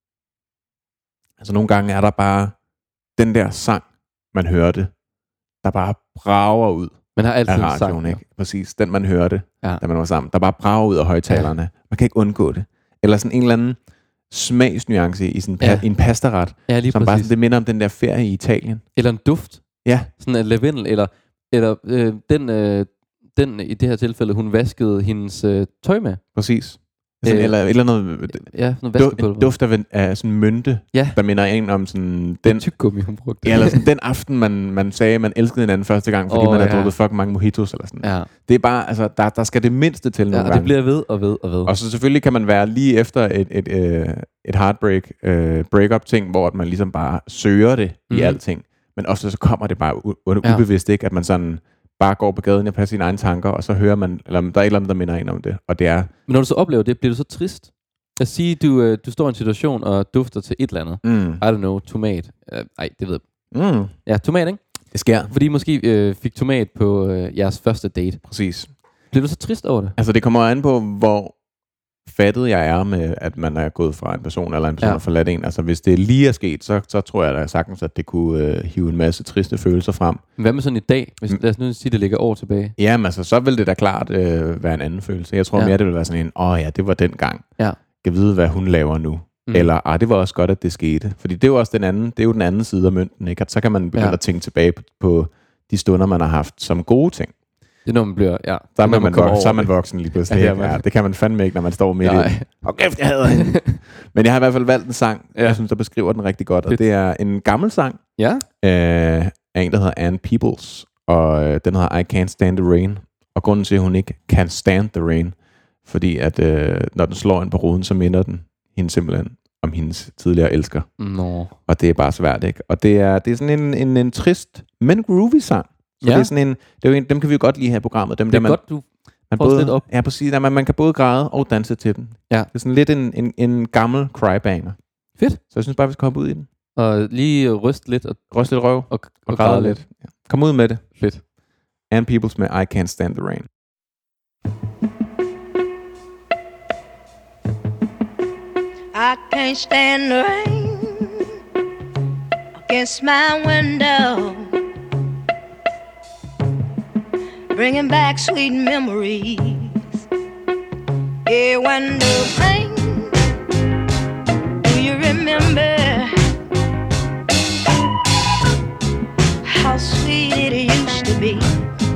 Altså nogle gange er der bare den der sang, man hørte, der bare brager ud Man har altid af en radioen, sang, ikke? Præcis, den man hørte, Ja. da man var sammen. Der bare brager ud af højtalerne. Ja. Man kan ikke undgå det. Eller sådan en eller anden smagsnuance i sådan pa- Ja. en pastaret, Ja, lige som bare præcis. sådan, det minder om den der ferie i Italien. Eller en duft. Ja, Sådan en lavendel, eller, eller øh, den, øh, den i det her tilfælde, hun vaskede hendes øh, tøj med. præcis. Sådan, Øh, eller, eller noget Ja, noget du, vaskepulver. en duft af, af sådan mynte, Ja. der minder en om sådan Den den, tyggegummi, hun brugte. ja, eller sådan, den aften, man, man sagde, man elskede hinanden første gang, fordi Åh, man har ja. drukket fucking mange mojitos eller sådan. Ja, Det er bare, altså, der, der skal det mindste til ja nogle og det gange. bliver ved og ved og ved. Og så selvfølgelig kan man være lige efter et, et, et, et heartbreak, uh, break-up ting, hvor man ligesom bare søger det mm. i Mhm. alting. Men ofte så kommer det bare u- u- Ja. ubevidst, ikke? At man sådan bare går på gaden og passer sine egne tanker, og så hører man, eller der er et eller andet, der minder en om det. Og det er, Men når du så oplever det, bliver du så trist? Lad os sige, du, øh, du står i en situation og dufter til et eller andet. mm, I don't know, tomat. Uh, ej, det ved jeg. mm, Ja, tomat, ikke? det sker. Fordi I måske øh, fik tomat på øh, jeres første date. Præcis. Bliver du så trist over det? Altså det kommer an på, hvor fattet jeg er med, at man er gået fra en person, eller en person Ja. har forladt en. Altså hvis det lige er sket, så, så tror jeg da sagtens, at det kunne øh, hive en masse triste følelser frem. Men hvad med sådan i dag? Hvis, Mm. lad os nu sige, det ligger år tilbage. Jamen altså, så vil det da klart øh, være en anden følelse. Jeg tror Ja. mere, det vil være sådan en, åh ja, det var den gang. Ja. Jeg vide, hvad hun laver nu. Mm. Mm. Eller, ah, det var også godt, at det skete. Fordi det er jo også den anden, det er jo den anden side af mønten, ikke? At så kan man begynde Ja. ja. at tænke tilbage på, på de stunder, man har haft som gode ting. Det er når man bliver, ja. Så er når man, man, kommer voksen, så er over man det. voksen lige pludselig. Ja, Ja, det er man. ja, det kan man fandme ikke, når man står midt i Nej. det. Og kæft, jeg hader hende. Men jeg har i hvert fald valgt en sang, Ja. jeg synes, der beskriver den rigtig godt. Og Fedt. det er en gammel sang Ja. øh, af en, der hedder Ann Peebles. Og øh, den hedder I Can't Stand the Rain. Og grunden til, at hun ikke can stand the rain, fordi at øh, når den slår ind på ruden, så minder den hende simpelthen om hendes tidligere elsker. Nå. Og det er bare svært, ikke? Og det er, det er sådan en, en, en trist, men groovy sang. Så Ja. det er sådan en, det er jo en, dem kan vi jo godt lide her i programmet. Dem, Det der er man, godt, du man får os både, lidt op. Ja, præcis. Der, man, man kan både græde og danse til dem. Ja. Det er sådan lidt en, en, en gammel crybanger. Fedt. Så jeg synes bare, vi skal hoppe ud i den. Og lige ryste lidt og, Ryst lidt røv og, og, og græde lidt. Ja. Kom ud med det. Fedt. Ann Peebles med I Can't Stand the Rain. I can't stand the rain against my window, bringing back sweet memories. Yeah, when the rain, do you remember how sweet it used to be?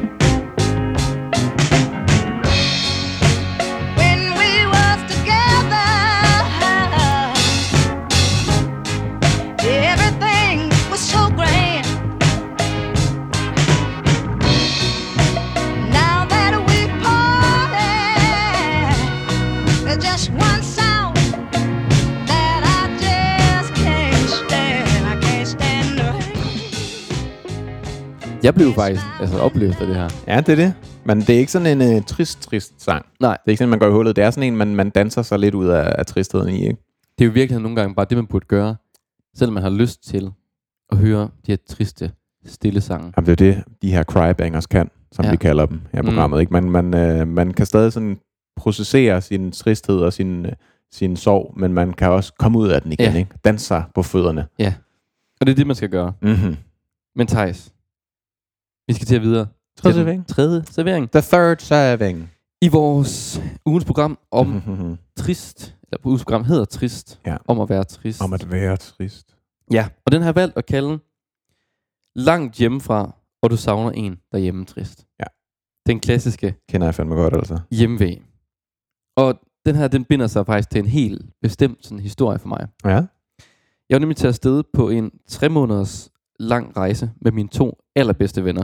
Jeg blev faktisk altså, oplevet af det her. Ja, det er det. Men det er ikke sådan en uh, trist, trist sang. Nej. Det er ikke sådan, man går i hullet. Det er sådan en, man, man danser sig lidt ud af, af tristheden i, ikke? Det er jo virkelig nogle gange bare det, man burde gøre, selvom man har lyst til at høre de her triste, stille sange. Jamen, det er det, de her crybangers kan, som Ja. vi kalder dem her i programmet. Mm. Ikke? Man, man, øh, man kan stadig sådan processere sin tristhed og sin, øh, sin sorg, men man kan også komme ud af den igen. Ja. Ikke? Danse sig på fødderne. Ja. Og det er det, man skal gøre. Mm-hmm. Men Theis, vi skal til at videre. Tredje til den servering. Tredje servering. The third serving. I vores ugens program om Mm-hmm. trist, eller på ugens program hedder Trist, Ja. om at være trist. Om at være trist. Ja, og den har jeg valgt at kalde Langt hjemmefra, og du savner en derhjemme trist. Ja. Den klassiske Kender jeg fandme godt, altså. hjemvæg. Og den her, den binder sig faktisk til en helt bestemt sådan, historie for mig. Ja. Jeg var nemlig til at afsted på en tre måneders lang rejse med mine to allerbedste venner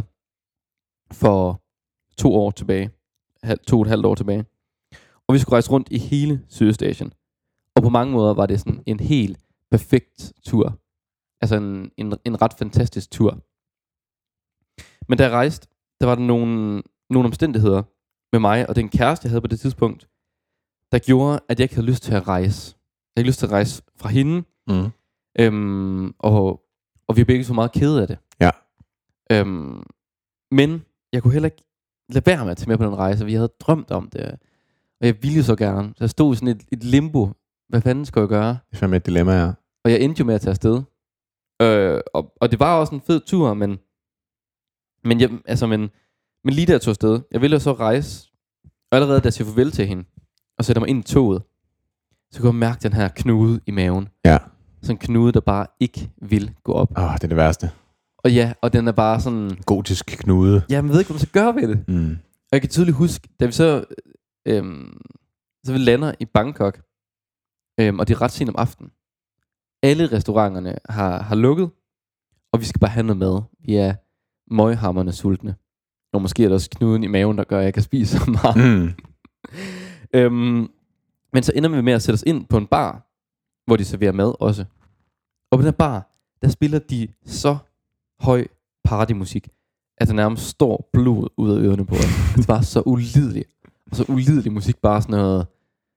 for to år tilbage. Halv, to og et halvt år tilbage. Og vi skulle rejse rundt i hele Sydøstasien. Og på mange måder var det sådan en helt perfekt tur. Altså en, en, en ret fantastisk tur. Men da jeg rejste, der var der nogle, nogle omstændigheder med mig og den kæreste, jeg havde på det tidspunkt, der gjorde, at jeg ikke havde lyst til at rejse. Jeg havde ikke lyst til at rejse fra hende, Mm. øhm, og, og vi er begge så meget kede af det. Ja. Øhm, men jeg kunne heller ikke lade være med at tage med på den rejse, vi havde drømt om det, og jeg ville så gerne. Så jeg stod i sådan et, et limbo. Hvad fanden skal jeg gøre? Det er fandme et dilemma, ja. Og jeg endte jo med at tage afsted. Øh, og, og det var også en fed tur, men, men, jeg, altså, men, men lige da jeg tog afsted, jeg ville jo så rejse, og allerede da jeg siger farvel til hende, og sætter mig ind i toget, så kunne jeg mærke den her knude i maven. Ja. Sådan en knude, der bare ikke vil gå op. Åh, det er det værste. Og ja, og den er bare sådan, Gotisk knude. ja, man ved ikke, hvad man skal gøre ved det. Mm. Og jeg kan tydeligt huske, da vi så, øhm, så vi lander i Bangkok, øhm, og det er ret sent om aftenen. Alle restauranterne har, har lukket, og vi skal bare have noget mad. Vi er møghamrende sultne. Og måske er der også knuden i maven, der gør, at jeg kan spise så meget. Mm. øhm, men så ender vi med at sætte os ind på en bar, hvor de serverer mad også. Og på den her bar, der spiller de så høj partymusik, at der nærmest står blod ud af ørerne på os. Det var så ulideligt. Og så ulidelig musik, bare sådan noget,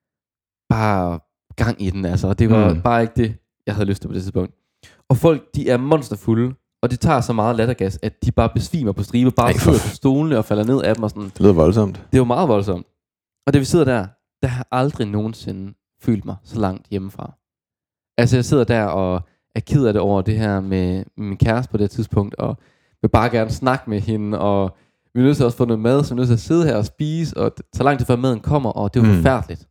bare gang i den, altså. Og det var Mm. bare ikke det, jeg havde lyst til på det tidspunkt. Og folk, de er monsterfulde, og det tager så meget lattergas, at de bare besvimer på stribe, bare Ej, for- sidder på stolene og falder ned af dem og sådan. Det lyder voldsomt. Det var meget voldsomt. Og da vi sidder der, der har jeg aldrig nogensinde følt mig så langt hjemmefra. Altså jeg sidder der og er ked af det over det her med min kæreste på det tidspunkt, og vil bare gerne snakke med hende, og vi er nødt til også at få noget mad, så vi er nødt til at sidde her og spise, og det tager lang tid før maden kommer, og det var Mm. forfærdeligt.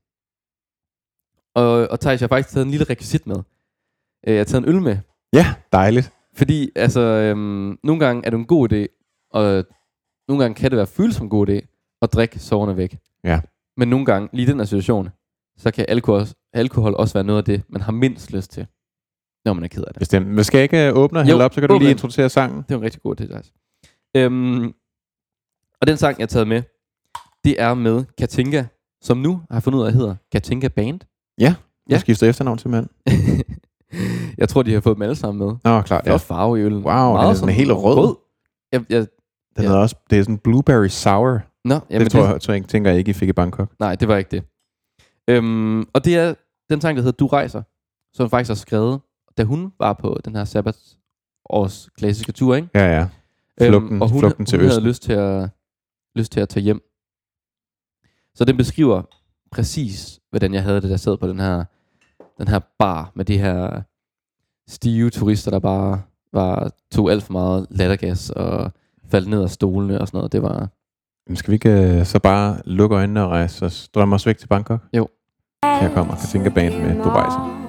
Og, og Theis, jeg har faktisk taget en lille rekvisit med. Øh, Jeg har taget en øl med, Ja, dejligt. fordi altså, øhm, nogle gange er det en god idé at nogle gange kan det være følsomt god idé at drikke sorgerne væk. Ja. Men nogle gange, lige i den her situation, så kan alkohol også, alkohol også være noget af det, man har mindst lyst til, når man er ked af det. Bestemt. Men skal jeg ikke åbne og hælde op, så kan du åbne. lige introducere sangen. Det er en rigtig god idé, altså. Øhm, og den sang, jeg har taget med, det er med Katinka, som nu har fundet ud af, at hedder Katinka Band. Ja, Ja. jeg skifter efternavn simpelthen. Jeg tror, de har fået dem alle sammen med. Nå, klart. Flot Ja. farve i øllen. Wow, den er sådan helt rød. Jeg, jeg, Den Ja. er også, det er sådan blueberry sour. nå, jamen det tror jeg, tror jeg, tænker jeg ikke, I fik i Bangkok. Nej, det var ikke det. Øhm, og det er den sang, der hedder Du Rejser, som hun faktisk har skrevet, da hun var på den her sabbatsårs klassiske tur, ikke? Ja, ja. Flugten, øhm, og hun, flugten til hun havde østen. lyst til, at, lyst til at tage hjem. Så den beskriver præcis, hvordan jeg havde det, der sad på den her, den her bar med de her stive turister, der bare var, tog alt for meget lattergas og faldt ned af stolene og sådan noget. Det var... Men skal vi ikke uh, så bare lukke øjnene og rejse os, drømme os væk til Bangkok? Jo. Her kommer Katinka Band med Du Rejser.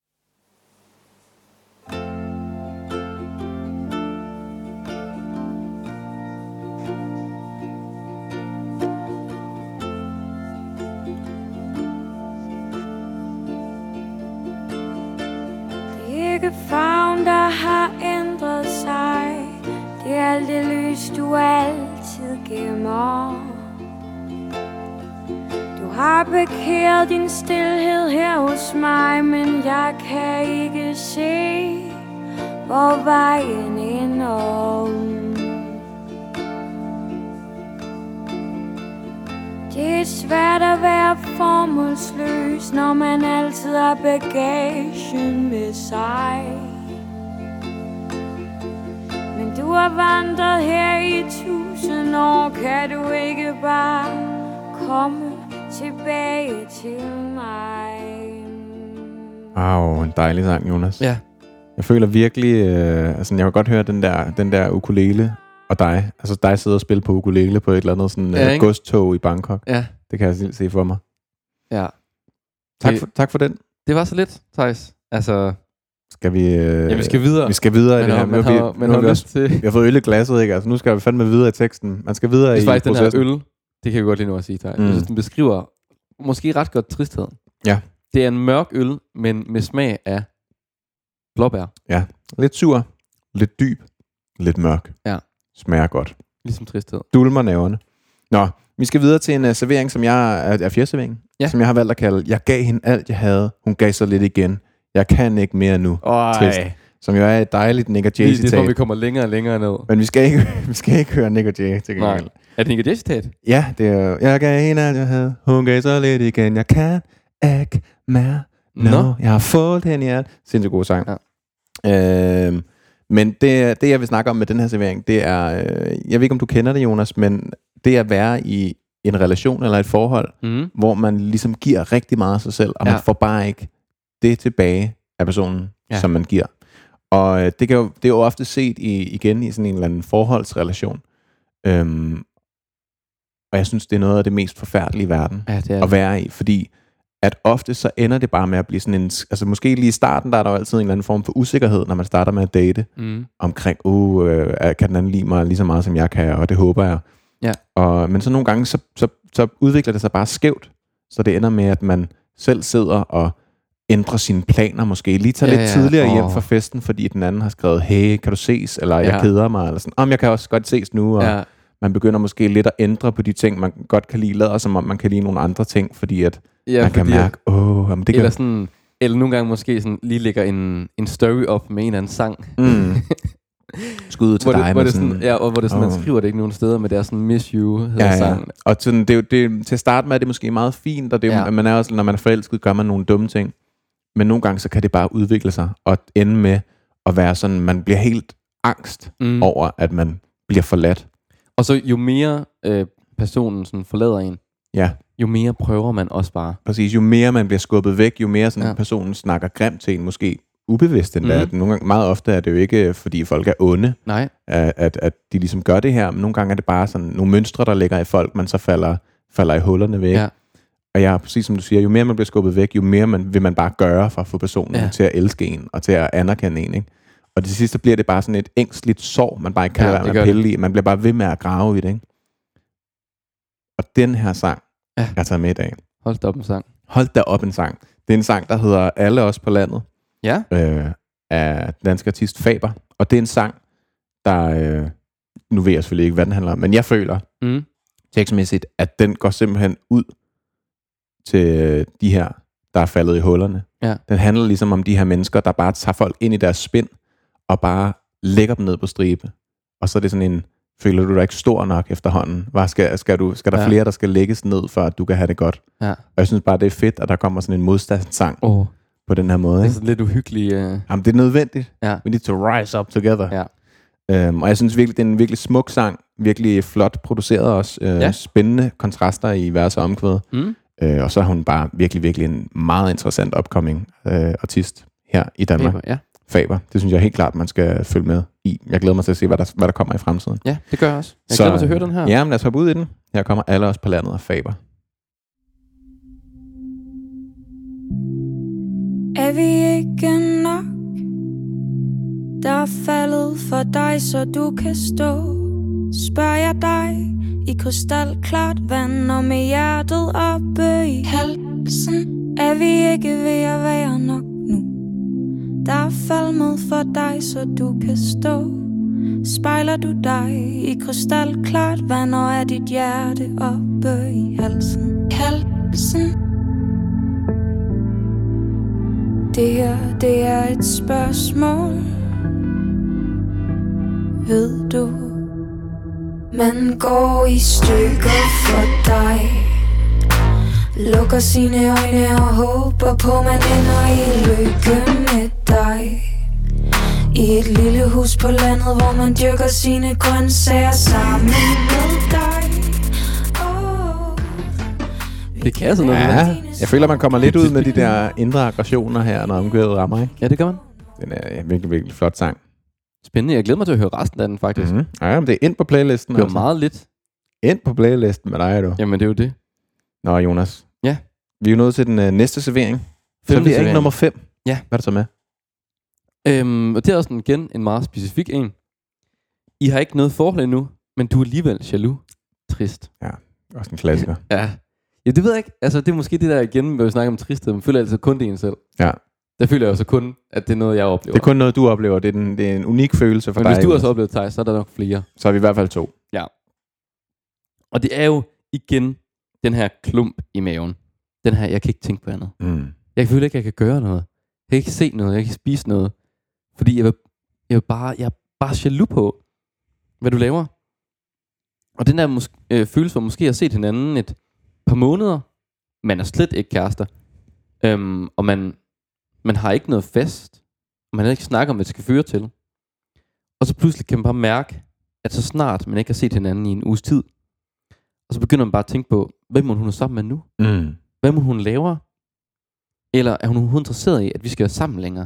Det er ikke farven, der har ændret sig. Det er alt det lys, du altid gemmer. Du har parkeret din stilhed her hos mig, men jeg kan ikke se, hvor vejen ender. Det er svært at være formålsløs, når man altid har bagagen med sig. Men du har vandret her i tusind år, kan du ikke bare komme tilbage til mig? Wow, en dejlig sang, Jonas. Ja. Jeg føler virkelig, øh, altså jeg kan godt høre den der, den der ukulele og dig. Altså dig sidder og spiller på ukulele på et eller andet sådan Ja, øh, ikke? godstog i Bangkok. Ja. Det kan jeg se- se for mig. Ja. Tak Det- for, tak for den. Det var så lidt, Thijs. Altså, Skal vi... Øh, ja, vi skal videre. Vi skal videre i Man det har, her. man Nu, vi, har, man nu har har vi, lyst også, til... vi har fået øl i glasset, ikke? Altså nu skal vi fandme videre i teksten. Man skal videre Jeg i synes faktisk, den processen. her øl, det kan jeg godt lige nu at sige, Thijs. Mm. Mm. Jeg synes, den beskriver måske ret godt tristheden. Ja. Det er en mørk øl, men med smag af blåbær. Lidt sur, lidt dyb, lidt mørk. Ja. Smager godt. Ligesom tristhed. Dulmer næverne. Nå, vi skal videre til en uh, servering, som jeg er, er fjerservering. Ja. Som jeg har valgt at kalde, jeg gav hende alt, jeg havde. Hun gav så lidt igen. Jeg kan ikke mere nu. Trist. Som jo er et dejligt Nick og Jay Det, det er, citat. hvor vi kommer længere og længere ned. Men vi skal ikke, vi skal ikke høre Nick og Jay til Nej. gengæld. Er det Nick og Jay citat? Ja, det er jeg gav hende alt, jeg havde. Hun gav så lidt igen. Jeg kan ikke mere nu. Nå. Jeg har fået hende i alt. Sindssygt god sang. Ja. Øhm, men det, det, jeg vil snakke om med den her servering, det er, øh, jeg ved ikke, om du kender det, Jonas, men det at være i en relation eller et forhold, Mm. hvor man ligesom giver rigtig meget af sig selv, og Ja. man får bare ikke det tilbage af personen, Ja. som man giver. Og øh, det, kan jo, det er jo ofte set i, igen i sådan en eller anden forholdsrelation. Øhm, og jeg synes, det er noget af det mest forfærdelige i verden Ja, det er at det. være i, fordi at ofte så ender det bare med at blive sådan en, altså måske lige i starten, der er der jo altid en eller anden form for usikkerhed, når man starter med at date, Mm. omkring, uh, øh, kan den anden lide mig lige så meget, som jeg kan, og det håber jeg. Ja. Og, men så nogle gange, så, så, så udvikler det sig bare skævt, så det ender med, at man selv sidder og ændrer sine planer måske. Lige tager Ja, lidt ja. tidligere hjem Åh. fra festen, fordi den anden har skrevet, hey, kan du ses? Eller jeg Ja. keder mig, eller sådan, om jeg kan også godt ses nu, og Ja. man begynder måske lidt at ændre på de ting, man godt kan lide, lader som om man kan lide nogle andre ting, fordi at Ja, man kan fordi at- mærke, åh, oh, det kan... Eller sådan, eller nogle gange måske sådan lige lægger en, en story op med en eller anden sang. Mm. Skud til hvor det, dig hvor med det sådan, sådan... ja, og hvor det sådan, Åh. man skriver det ikke nogen steder, men det er sådan Miss You hedder Ja, ja. sangen. Og sådan, det, er jo- det, til at starte med er det måske meget fint, og det, Ja. ja. man er også, når man er forelsket, gør man nogle dumme ting. Men nogle gange, så kan det bare udvikle sig, og ende med at være sådan, man bliver helt angst Mm. mm. over, at man bliver forladt. Og så jo mere øh, personen sådan forlader en, Ja, jo mere prøver man også bare. præcis. Jo mere man bliver skubbet væk, jo mere sådan Ja. ja. personen snakker grimt til en, måske ubevidst endda. Mhm. Mm. Nogle gange, meget ofte er det jo ikke, fordi folk er onde, Nej. at, at, at de ligesom gør det her, men nogle gange er det bare sådan nogle mønstre, der ligger i folk, man så falder, falder i hullerne væk. Ja. Og ja, præcis som du siger, jo mere man bliver skubbet væk, jo mere man, vil man bare gøre for at få personen Ja. ja. til at elske en, og til at anerkende en, ikke? Og til sidst så bliver det bare sådan et ængstligt sår, man bare ikke kan Ja, ja, være det med gør at pille i. Man bliver bare ved med at grave i det, ikke? den her sang, Ja. jeg har taget med i dag. Hold da op en sang. Hold da op en sang. Det er en sang, der hedder Alle os på landet, Ja. øh, af dansk artist Faber. Og det er en sang, der... Øh, nu ved jeg selvfølgelig ikke, hvad den handler om, men jeg føler Mm. tekstmæssigt, at den går simpelthen ud til øh, de her, der er faldet i hullerne. Ja. Den handler ligesom om de her mennesker, der bare tager folk ind i deres spind, og bare lægger dem ned på stribe. Og så er det sådan en, føler du dig ikke stor nok efterhånden? Hvad skal, skal, du, skal der Ja. flere, der skal lægges ned, for at du kan have det godt? Ja. Og jeg synes bare, det er fedt, at der kommer sådan en modstandssang Oh, på den her måde. det er Ikke? sådan lidt uhyggelig. Uh... Jamen, det er nødvendigt. Ja. We need to rise up together. Ja. Øhm, og jeg synes virkelig, det er en virkelig smuk sang. Virkelig flot produceret også. Øh, Ja. Spændende kontraster i vers og omkvæd. Mm. Øh, og så er hun bare virkelig, virkelig en meget interessant upcoming øh, artist her i Danmark. Faber, ja. Faber. Det synes jeg helt klart, man skal følge med i. Jeg glæder mig til at se, hvad der, hvad der kommer i fremtiden. Ja, det gør jeg også. Jeg Så, glæder mig til at høre den her. Ja, men lad os hoppe ud i den. Her kommer Alle os på landet af Faber. Er vi ikke nok? Der er faldet for dig, så du kan stå. Spørger jeg dig i krystalklart vand, og med hjertet oppe i halsen. Er vi ikke ved at være nok nu? Der er falmet for dig, så du kan stå. Spejler du dig i krystalklart vand, og er dit hjerte oppe i halsen? Halsen. Det her, det er et spørgsmål. Ved du, man går i stykker for dig. Lukker sine øjne og håber på, man ender i lykke med dig. I et lille hus på landet, hvor man dyrker sine grøntsager sammen med dig. Oh, Det kan sådan noget. Ja, Ja. jeg føler, man kommer lidt ud med de der indre aggressioner her, når omkvædet rammer, ikke? ja, det gør man. Den er en virkelig, virkelig flot sang. Spændende. Jeg glæder mig til at høre resten af den, faktisk. Mm-hmm. Ja, men det er ind på playlisten. Det var altså. meget lidt. Ind på playlisten med dig, du. Jamen, det er jo det. Nå, Jonas. Ja. Vi er jo nået til den uh, næste servering. Femte Servering servering. nummer fem. Ja. Hvad er der så med? Øhm, og det er også en- igen en meget specifik en. I har ikke noget forhold endnu, men du er alligevel jaloux. Trist. Også en klassiker. Ja. Ja, det ved jeg ikke. Altså, det er måske det der igen, hvor vi snakker om tristhed. Man føler altid kun det en selv. Ja. Der føler jeg også kun, at det er noget, jeg oplever. Det er kun noget, du oplever. Det er, den, det er en unik følelse for men dig. hvis du Jonas. også har oplevet Thijs, så er der nok flere. Så er vi i hvert fald to. Og det er jo igen den her klump i maven. Den her, jeg kan ikke tænke på andet. Mm. Jeg føler ikke, jeg kan gøre noget. Jeg kan ikke se noget. Jeg kan ikke spise noget. Fordi jeg, vil, jeg, vil bare, jeg er bare jaloux på, hvad du laver. Og den der mås- øh, følelse for måske at se hinanden et par måneder. Man er slet ikke kærester. Øhm, og man, man har ikke noget fast. Og man har ikke snakket om, hvad det skal føre til. Og så pludselig kan man bare mærke, at så snart man ikke har set hinanden i en uges tid, og så begynder man bare at tænke på, hvem må hun er sammen med nu? Mm. Hvad må hun laver? Eller er hun overhovedet interesseret i, at vi skal være sammen længere?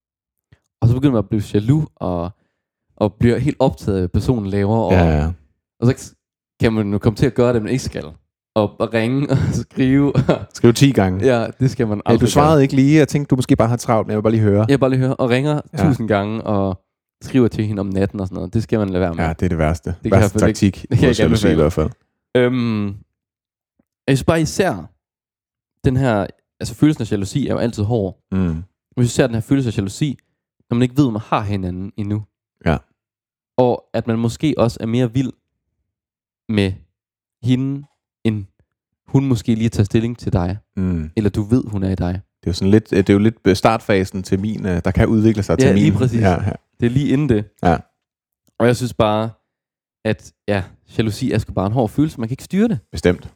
Og så begynder man at blive jaloux, og, og bliver helt optaget af, hvad personen laver. Og, Ja, ja. og så kan man nu komme til at gøre det, man ikke skal. Og, og ringe og skrive. Skriv ti gange. Ja, det skal man Ja, aldrig du svarede gøre. ikke lige. Jeg tænkte, du måske bare har travlt, men jeg vil bare lige høre. Jeg vil bare lige høre. Og ringer Ja. tusind gange, og skriver til hende om natten og sådan noget. Det skal man lade være med. Ja, det er det værste. Det kan værste jeg i hvert fald taktik. ikke- det kan jeg mod ikke jalousi i anbefale. hvert fald. Øhm, jeg synes bare især, den her, altså følelsen af jalousi er jo altid hård. Mm. Men jeg synes især den her følelse af jalousi, når man ikke ved, at man har hinanden endnu. Ja. Og at man måske også er mere vild med hende, end hun måske lige tager stilling til dig. Mm. Eller du ved, hun er i dig. Det er jo sådan lidt, det er jo lidt startfasen til min, øh, der kan udvikle sig Ja, til min. lige præcis. Ja, ja. Det er lige inden det. Ja. Og jeg synes bare, at ja, jalousi er sgu bare en hård følelse. Man kan ikke styre det. Bestemt.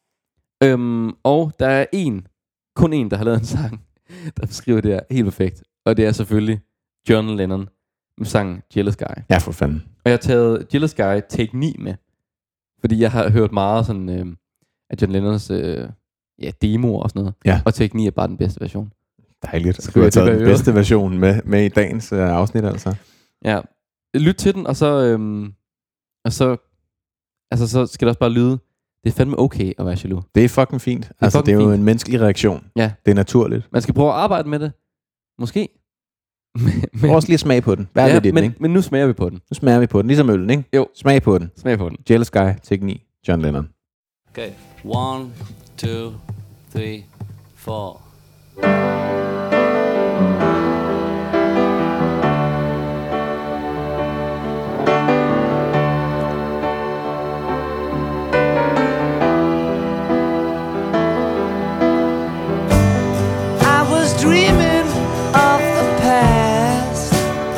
Øhm, og der er en, kun en, der har lavet en sang, der beskriver det her helt perfekt. Og det er selvfølgelig John Lennon med sangen Jealous Guy. Ja, for fanden. Og jeg har taget Jealous Guy Take ni med. Fordi jeg har hørt meget sådan, øh, af John Lennons øh, ja, demoer og sådan noget. Ja. Og Take ni er bare den bedste version. Dejligt. Skal Du vi har taget tilbage den i bedste version med, med i dagens uh, afsnit, altså. Ja. Lyt til den, og så, øhm, og så, altså, så skal det også bare lyde, det er fandme okay at være jaloux. Det er fucking fint. Det er, altså, fucking det er jo fint. en menneskelig reaktion. Ja. Det er naturligt. Man skal prøve at arbejde med det. Måske. men, Prøv også lige at smage på den. Vær ja, lidt i den, men, ikke? men nu smager vi på den. Nu smager vi på den. Ligesom øllen, ikke? Jo. Smag på den. Smag på den. Jealous Guy, Teknik, John Lennon. Okay, one, two, three, four. Dreaming of the past,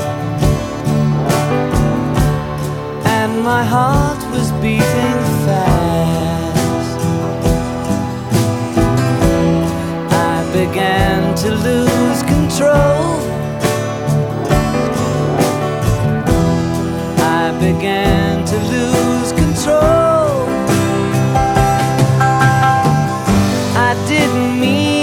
and my heart was beating fast. I began to lose control. I began to lose control. I didn't mean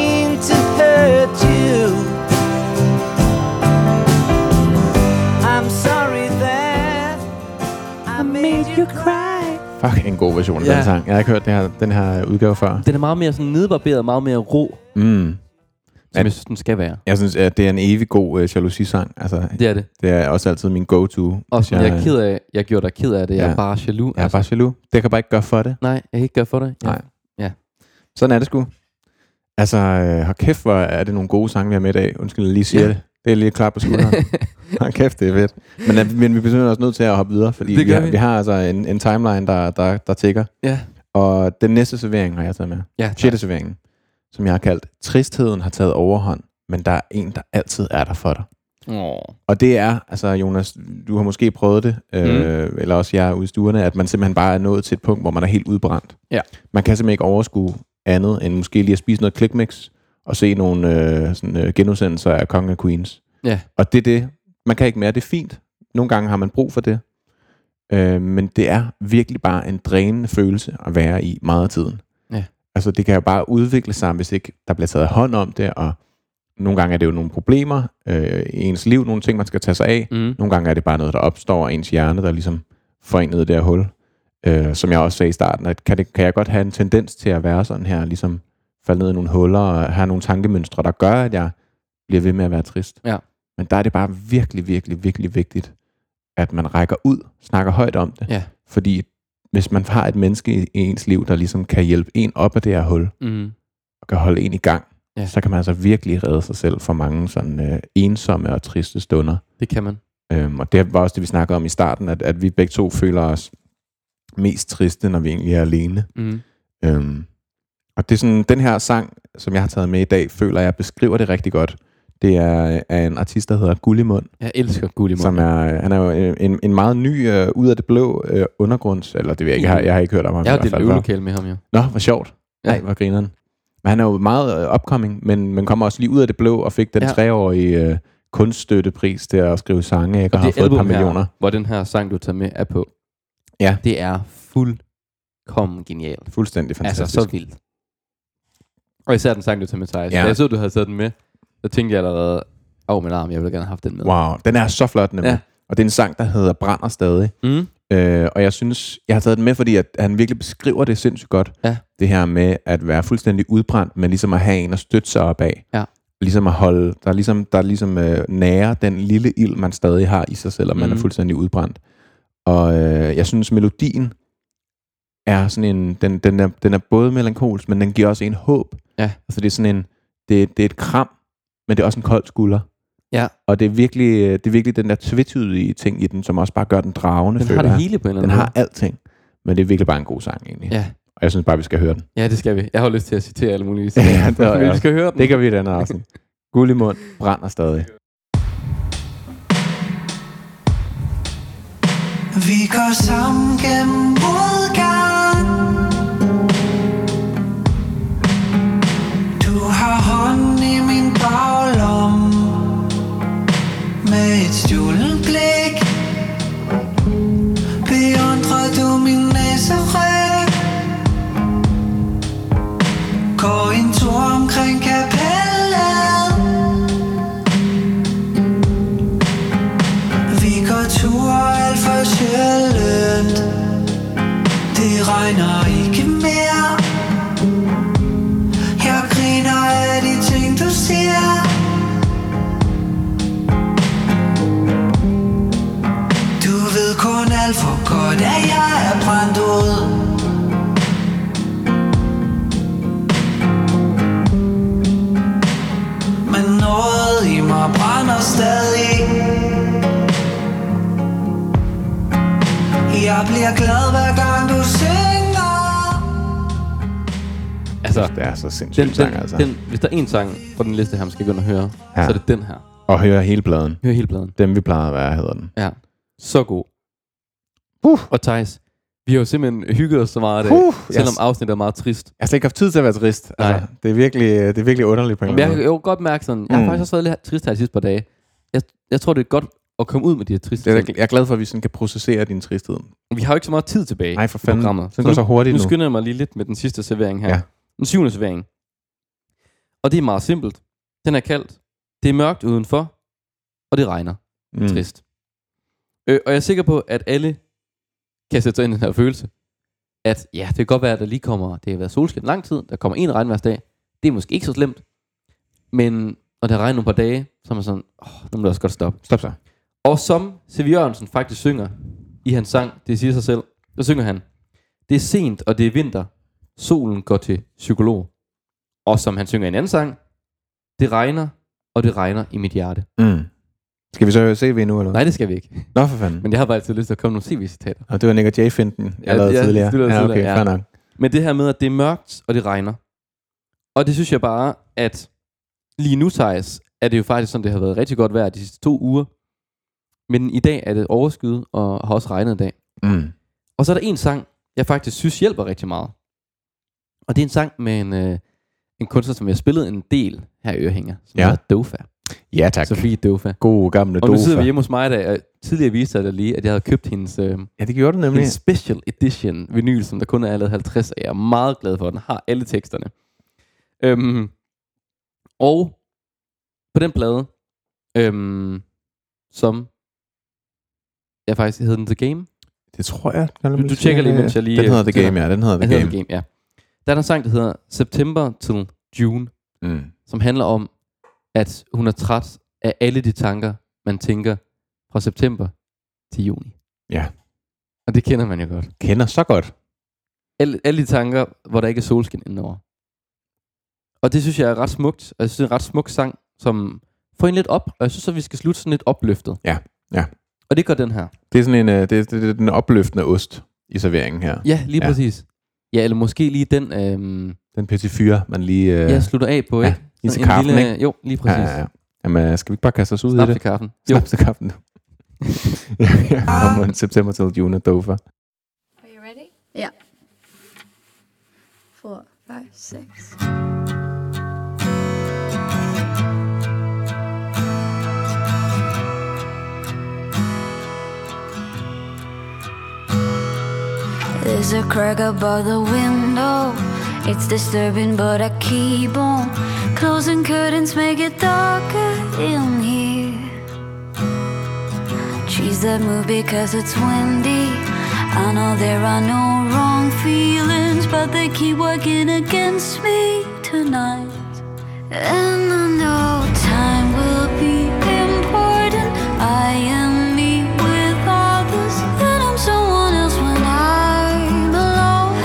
you cry. Fuck, en god version af Ja. den sang. Jeg har ikke hørt den her, den her udgave før. Den er meget mere sådan nedbarberet, meget mere rå, Mm. som At- jeg synes, den skal være. Jeg synes, at det er en evig god uh, jalousi-sang. Altså, Det er det. det er også altid min go-to. Og hvis jeg, jeg er ked af, jeg gjorde dig ked af det. Jeg Ja. er bare jaloux. Jeg er bare jaloux. Det kan bare ikke gøre for det. Nej, jeg kan ikke gøre for det. Ja. Nej. Ja. Sådan er det sgu. Altså, øh, hold kæft, hvor er det nogle gode sange, vi har med i dag. Undskyld, jeg lige siger Ja. det. Det er lige klart på skulderen. Hold kæft, det er fedt. Men, øh, men vi bliver også nødt til at hoppe videre, fordi Det vi gør har, vi. vi har altså en, en timeline, der, der, der tigger. Ja. Og den næste servering har jeg taget med. Ja, tak. Sjette serveringen, som jeg har kaldt Tristheden har taget overhånd, men der er en, der altid er der for dig. Åh. Og det er, altså Jonas, du har måske prøvet det, øh, mm. eller også jeg ude i stuerne, at man simpelthen bare er nået til et punkt, hvor man er helt udbrændt. Ja. Man kan simpelthen ikke overskue andet, end måske lige at spise noget clickmix, og se nogle øh, sådan, øh, genudsendelser af Kongen af Queens. Ja. Og det er det, man kan ikke mere, det er fint. Nogle gange har man brug for det, øh, men det er virkelig bare en drænende følelse at være i meget af tiden. Ja. Altså det kan jo bare udvikle sig, hvis ikke der bliver taget hånd om det, og nogle gange er det jo nogle problemer øh, i ens liv, nogle ting, man skal tage sig af. Mm. Nogle gange er det bare noget, der opstår i ens hjerne, der ligesom får en ned i det her hul. Øh, som jeg også sagde i starten, at kan, det, kan jeg godt have en tendens til at være sådan her, ligesom falde ned i nogle huller og have nogle tankemønstre, der gør, at jeg bliver ved med at være trist. Ja. Men der er det bare virkelig, virkelig, virkelig vigtigt, at man rækker ud, snakker højt om det. Ja. Fordi hvis man har et menneske i ens liv, der ligesom kan hjælpe en op af det her hul, Mm. og kan holde en i gang, Ja. så kan man altså virkelig redde sig selv for mange sådan øh, ensomme og triste stunder. Det kan man. Øhm, og det var også det, vi snakkede om i starten, at, at vi begge to føler os mest triste, når vi egentlig er alene. Mm. Øhm, og det er sådan, den her sang, som jeg har taget med i dag, føler jeg beskriver det rigtig godt. Det er af en artist, der hedder Gullimund. Jeg elsker Gullimund. Som er, han er jo en, en meget ny, uh, ud af det blå uh, undergrunds, eller det ved jeg ikke, jeg har, jeg har ikke hørt om ham. Jeg i har hvert det fald. løvelokale med ham jo. Nå, hvor sjovt. Ja. Nej, hvor grineren. Men han er jo meget uh, upcoming, men, men kommer også lige ud af det blå og fik den Ja. treårige uh, kunststøttepris til at skrive sange, ikke? Og har det fået et par album millioner. her, hvor den her sang, du tager med, er på, Ja. det er fuldkommen genialt. Fuldstændig fantastisk. Altså, så vildt. Og især den sang, du tager med, Thijs. Ja. Da jeg så, du havde taget den med, så tænkte jeg allerede, åh, min arm, jeg ville gerne have haft den med. Wow, den er så flot nemlig. Ja. Og det er en sang, der hedder Brænder stadig. Mm. Øh, og jeg synes, jeg har taget den med, fordi at han virkelig beskriver det sindssygt godt. Ja. Det her med at være fuldstændig udbrændt, men ligesom at have en at støtte sig op af. Ja. Ligesom at holde, der er ligesom, der er ligesom øh, nære den lille ild, man stadig har i sig selv, og man Mhm. er fuldstændig udbrændt. Og øh, jeg synes, melodien er sådan en, den, den, er, den er både melankolsk, men den giver også en håb. Ja. Altså det er sådan en, det, det er et kram, men det er også en kold skulder. Ja. Og det er virkelig, det er virkelig den der tvetydige ting i den, som også bare gør den dragende, Den har føler det jeg. hele på en eller Den anden har alting. Men det er virkelig bare en god sang, egentlig. Ja. Og jeg synes bare, vi skal høre den. Ja, det skal vi. Jeg har jo lyst til at citere alle mulige. Ja, det er- vi skal høre den. Det kan vi i den her afsnit. Gullimund brænder stadig. Vi går sammen gennem modgang. Du har hånden i min baglomme. Med et stjålet blik beundrer du min næseryg. Går en tur omkring kapellet. Vi går ture alt for sjældent. Det regner ikke mere. Jeg griner af de ting du siger. Du ved kun alt for godt, at jeg er brændt ud. Jeg bliver glad hver gang du synger. Altså, Det er så sindssygt den, sang, den, altså. den, hvis der er en sang fra den liste her, man skal gå ind og høre, Ja. så er det den her. Og høre hele pladen. Hør hele pladen. Dem vi plejede at være, hedder den. Ja, så god. Uh. Og Theis, vi har jo simpelthen hygget os så meget i dag, Uh, selvom yes. afsnittet er meget trist. Jeg har slet ikke haft tid til at være trist. Altså, Nej. det, er virkelig, det er virkelig underligt på en Men eller jeg anden kan måde. jo godt mærke sådan, jeg har Mm. faktisk også været lidt trist her de sidste par dage. Jeg, jeg tror, det er godt at komme ud med de her triste Det er, ting. jeg er glad for, at vi sådan kan processere din tristhed. Vi har jo ikke så meget tid tilbage Nej, for i fanden. programmet. Så det går så hurtigt nu. nu. Nu skynder jeg mig lige lidt med den sidste servering her. Ja. Den syvende servering. Og det er meget simpelt. Den er kaldt, det er mørkt udenfor, og det regner. Mm. Trist. Øh, og jeg er sikker på, at alle kan sætte sig ind i den her følelse, at ja, det kan godt være, at der lige kommer, det har været solskin lang tid, der kommer en regnværsdag, det er måske ikke så slemt, men når det regner nogle par dage, så er man sådan, åh, nu må det også godt stoppe. Stop så. Og som C V Jørgensen faktisk synger i hans sang, det siger sig selv, så synger han, det er sent, og det er vinter, solen går til psykolog. Og som han synger i en anden sang, det regner, og det regner i mit hjerte. Mm. Skal vi så høre C V nu, eller? Nej, det skal vi ikke. Nå, for fanden. Men jeg har bare altid lyst til at komme nogle C V-citater. Og det var Nick og Jay-finten, jeg Ja, lavede ja, tidligere. du lavede Ja, okay, tidligere, ja. fair nok. Men det her med, at det er mørkt, og det regner. Og det synes jeg bare, at lige nu, Theis, er det jo faktisk sådan, det har været rigtig godt vejr de sidste to uger. Men i dag er det overskyet, og har også regnet i dag. Mm. Og så er der en sang, jeg faktisk synes hjælper rigtig meget. Og det er en sang med en, øh, en kunstner, som jeg har spillet en del her i Ørehænger, som Ja. hedder Dofa. Ja, tak. Sofie Dofa. God gamle Og nu sidder Dofa. vi hjemme hos mig i dag, og tidligere viste jeg dig lige, at jeg havde købt hendes, øh, Ja, det gjorde du nemlig. hendes special edition vinyl, som der kun er lavet halvtreds af. Jeg er meget glad for, den har alle teksterne. Øhm, og på den plade, øhm, som jeg faktisk hedder den The Game. Det tror jeg. Du, du tjekker lige, mens jeg lige... Den hedder øh, The Game, ja. Den hedder The Den Game. hedder The Game, ja. Der er en sang, der hedder September til June, Mm. som handler om, at hun er træt af alle de tanker, man tænker fra september til juni. Ja. Og det kender man jo godt. Kender så godt. Alle, alle de tanker, hvor der ikke er solskin indenover. Og det synes jeg er ret smukt. Og jeg synes, det er en ret smuk sang, som får en lidt op. Og jeg synes, at vi skal slutte sådan lidt opløftet. Ja, ja. Og det gør den her. Det er sådan en, uh, det, det, det er den opløftende ost i serveringen her. Ja, lige Ja. præcis. Ja, eller måske lige den, øhm, Den petit fyre, man lige... Uh, jeg slutter af på, ja, ikke? i Sådan til kaffen, lille, ikke? Jo, lige præcis. Ja, ja, ja. Jamen, skal vi ikke bare kaste os ud Snaps i til det? kaffen. Jo. Snaps til kaffen. Om en september til June Dofa. Are you ready? Yeah. Four, five, six. There's a crack above the window. It's disturbing, but I keep on closing curtains, make it darker in here. Trees that move because it's windy. I know there are no wrong feelings, but they keep working against me tonight. And I know time will be important. I am me with others, and I'm someone else when I'm alone.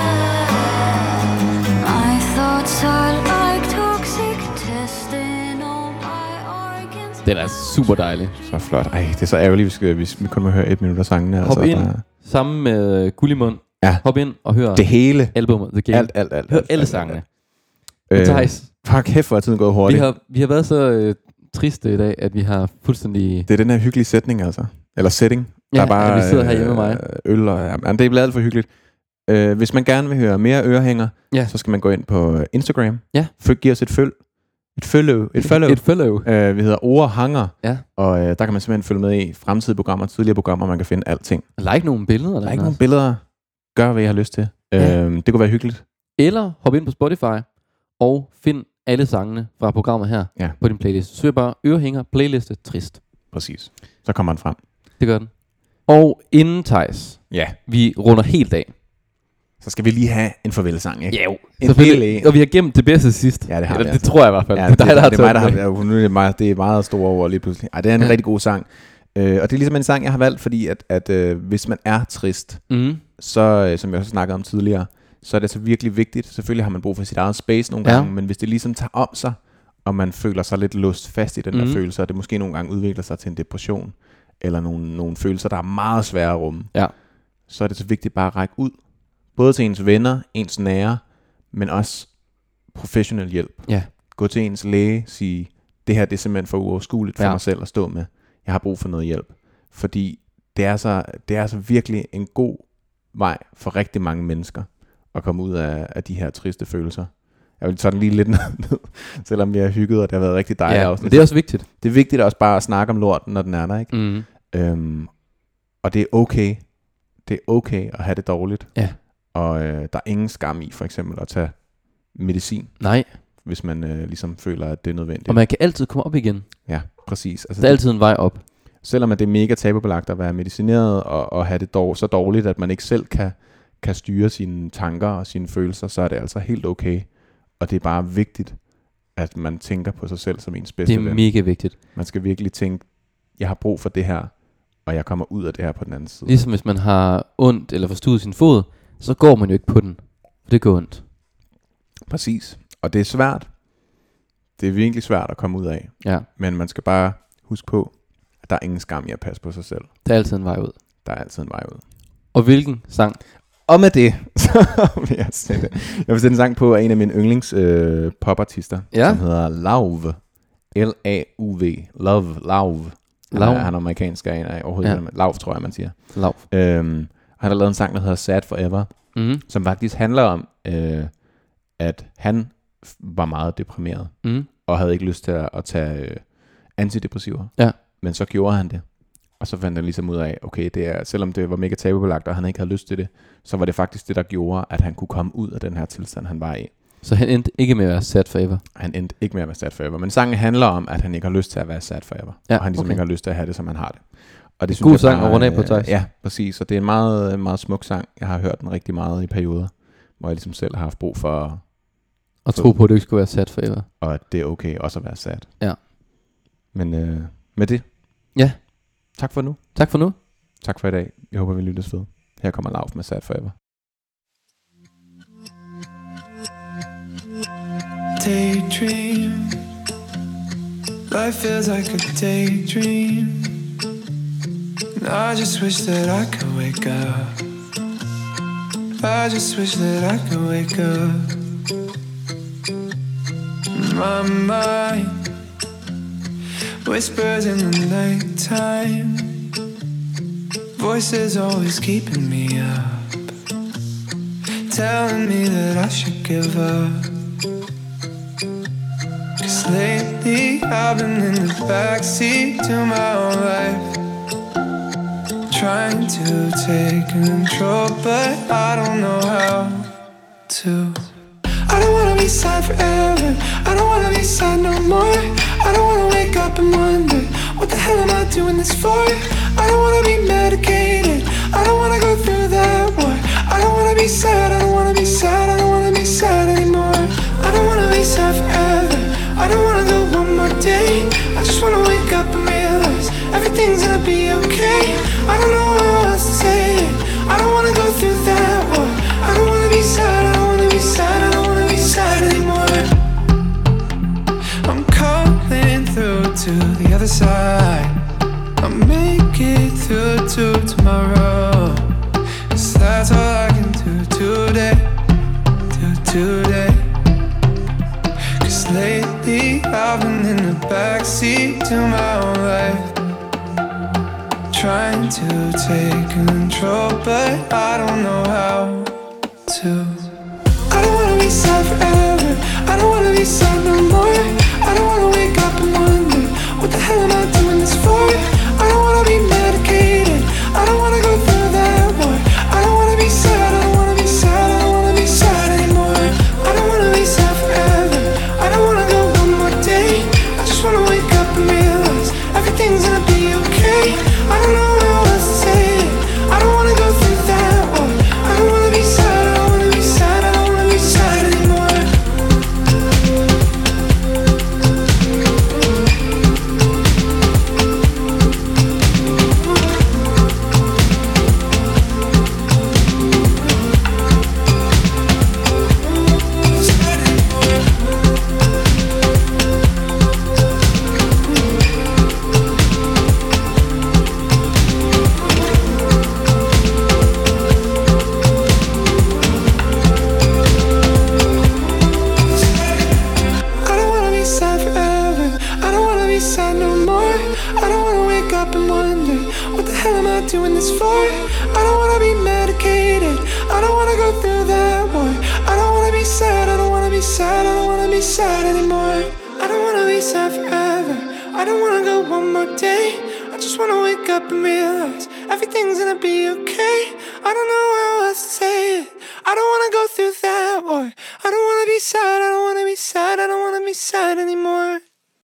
My thoughts are like toxic testing all my organs. Den er super dejlig. Så flot. Ej, det er så ærgerligt, vi, skal, vi, vi kun må høre et minut af sangene. Hop altså, ind bare- sammen med uh, Gullimund. Ja. Hop ind og hør Det hele. albumet The Game. Alt, alt, alt. Hør alt, alle alt, sangene. alt. Øh, Theis, Fuck, kæft, hvor er tiden gået vi hurtigt. har, vi har været så øh, triste i dag, at vi har fuldstændig... Det er den her hyggelige sætning, altså. Eller setting. Ja, der er bare, at vi sidder her hjemme med mig. øh, Øl og... Ja, men det er blevet alt for hyggeligt. Øh, hvis man gerne vil høre mere Ørehænger, Ja. så skal man gå ind på Instagram. Ja. Følg, giv os et følg. Et follow. Et follow. Et follow. Øh, vi hedder Ordhanger. Ja. Og øh, der kan man simpelthen følge med i fremtidige programmer, tidligere programmer, man kan finde alting. Like nogle billeder. Der er ikke nogen billeder. Gør, hvad I har lyst til. Ja. Øh, det kunne være hyggeligt. Eller hop ind på Spotify og find alle sangene fra programmet her Ja. på din playlist. Søg bare Ørehænger playliste trist. Præcis. Så kommer den frem. Det gør den. Og inden, Theis, Ja. vi runder helt af. Så skal vi lige have en farvelsang, ikke? Ja, jo. En Selvfølgelig. hel en. Og vi har gemt det bedste sidst. Ja, det har Eller, vi det altså. tror jeg i hvert fald. Ja, det er dig, der har det er mig, der taget har, den med. ja, nu er det meget, det er meget store over lige pludselig. Ej, det er en Ja. rigtig god sang. Øh, og det er ligesom en sang, jeg har valgt, fordi at, at øh, hvis man er trist, Mm. så, øh, som jeg også snakkede om tidligere, så er det så virkelig vigtigt. Selvfølgelig har man brug for sit eget space nogle Ja. gange, men hvis det ligesom tager om sig, og man føler sig lidt låst fast i den der Mhm. følelse, og det måske nogle gange udvikler sig til en depression, eller nogle, nogle følelser, der er meget svære at rumme, Ja. så er det så vigtigt bare at række ud. Både til ens venner, ens nære, men også professionel hjælp. Ja. Gå til ens læge, sige, det her det er simpelthen for uoverskueligt for Ja. mig selv at stå med. Jeg har brug for noget hjælp. Fordi det er så, det er så virkelig en god vej for rigtig mange mennesker at komme ud af, af de her triste følelser. Jeg vil tage den lige lidt ned, selvom vi har hygget, og det har været rigtig dejligt. Ja, men det er også vigtigt. Det er vigtigt også bare at snakke om lorten, når den er der, ikke? Mm. Øhm, og det er okay. Det er okay at have det dårligt. Ja. Og øh, der er ingen skam i, for eksempel, at tage medicin. Nej. Hvis man øh, ligesom føler, at det er nødvendigt. Og man kan altid komme op igen. Ja, præcis. Altså, der er altid en vej op. Selvom at det er mega tabubelagt at være medicineret og, og have det dår, så dårligt, at man ikke selv kan, kan styre sine tanker og sine følelser, så er det altså helt okay. Og det er bare vigtigt, at man tænker på sig selv som ens bedste ven. Det er mega vigtigt. Man skal virkelig tænke, jeg har brug for det her, og jeg kommer ud af det her på den anden side. Ligesom hvis man har ondt eller forstuet sin fod, så går man jo ikke på den. For det går ondt. Præcis. Og det er svært. Det er virkelig svært at komme ud af. Ja. Men man skal bare huske på, at der er ingen skam i at passe på sig selv. Der er altid en vej ud. Der er altid en vej ud. Og hvilken sang? Og med det, så vil jeg sætte, jeg vil sætte en sang på af en af mine yndlings øh, popartister, ja. som hedder Lauv. L A U V. Love, Lauv. Han er, han er amerikansk, er en af overhovedet. Ja. Lauv, tror jeg, man siger. Lauv. Øhm, han har lavet en sang, der hedder Sad Forever, mm. som faktisk handler om, øh, at han var meget deprimeret, mm. og havde ikke lyst til at, at tage øh, antidepressiver. Ja. Men så gjorde han det. Og så fandt han ligesom ud af, okay, det er, selvom det var mega tabubelagt, og han ikke havde lyst til det, så var det faktisk det, der gjorde, at han kunne komme ud af den her tilstand, han var i. Så han endte ikke med at være sad forever? Han endte ikke med at være sad forever. Men sangen handler om, at han ikke har lyst til at være sad forever. Ja, og han ligesom okay. ikke har lyst til at have det, som han har det. Og det God sang at runde af på, Theis. Ja, præcis. Og det er en meget, meget smuk sang. Jeg har hørt den rigtig meget i perioder, hvor jeg ligesom selv har haft brug for... Og tro på, at du ikke skulle være sad forever. Og at det er okay også at være sad. Ja. Men øh, med det... Ja. Tak for nu. Tak for nu. Tak for i dag. Jeg håber, vi lyttes ved. Her kommer Lauv med Sad Forever. Daydream. Life feels like a daydream. And I just wish that I could wake up. I just wish that I could wake up. My mind whispers in the nighttime. Voices always keeping me up, telling me that I should give up. Cause lately I've been in the backseat to my own life, trying to take control, but I don't know how to. I don't wanna be sad forever, I don't wanna be sad no more. I don't wanna wake up and wonder, what the hell am I doing this for? I don't wanna be medicated, I don't wanna go through that war. I don't wanna be sad, I don't wanna be sad, I don't wanna be sad anymore. I don't wanna be sad forever, I don't wanna go one more day. I just wanna wake up and realize everything's gonna be okay. I don't know how else to say it, I don't wanna go through that war. I don't wanna be sad, I don't wanna be sad, I don't wanna be sad anymore. I'm calling through to the other side, I'll make it through to tomorrow. Cause that's all I can do today, do today. Cause lately I've been in the backseat to my own life, trying to take control, but I don't know how to. I don't wanna be sad forever, I don't wanna be sad no more. I don't wanna wake up and wonder, what the hell am I doing this for? I don't wanna be medicated, I don't wanna go through that war. I don't wanna be sad, I don't wanna be sad, I don't wanna be sad anymore. I don't wanna be sad forever, I don't wanna go one more day. I just wanna wake up and realize everything's gonna be okay. I don't know how else to say it, I don't wanna go through that war. I don't wanna be sad, I don't wanna be sad, I don't wanna be sad anymore. What the hell am I doing this for? I don't wanna be medicated. I don't wanna go through that war. I don't wanna be sad, I don't wanna be sad, I don't wanna be sad anymore. I don't wanna be sad forever. I don't wanna go one more day. I just wanna wake up and realize everything's gonna be okay. I don't know how else to say it. I don't wanna go through that war. I don't wanna be sad, I don't wanna be sad, I don't wanna be sad anymore.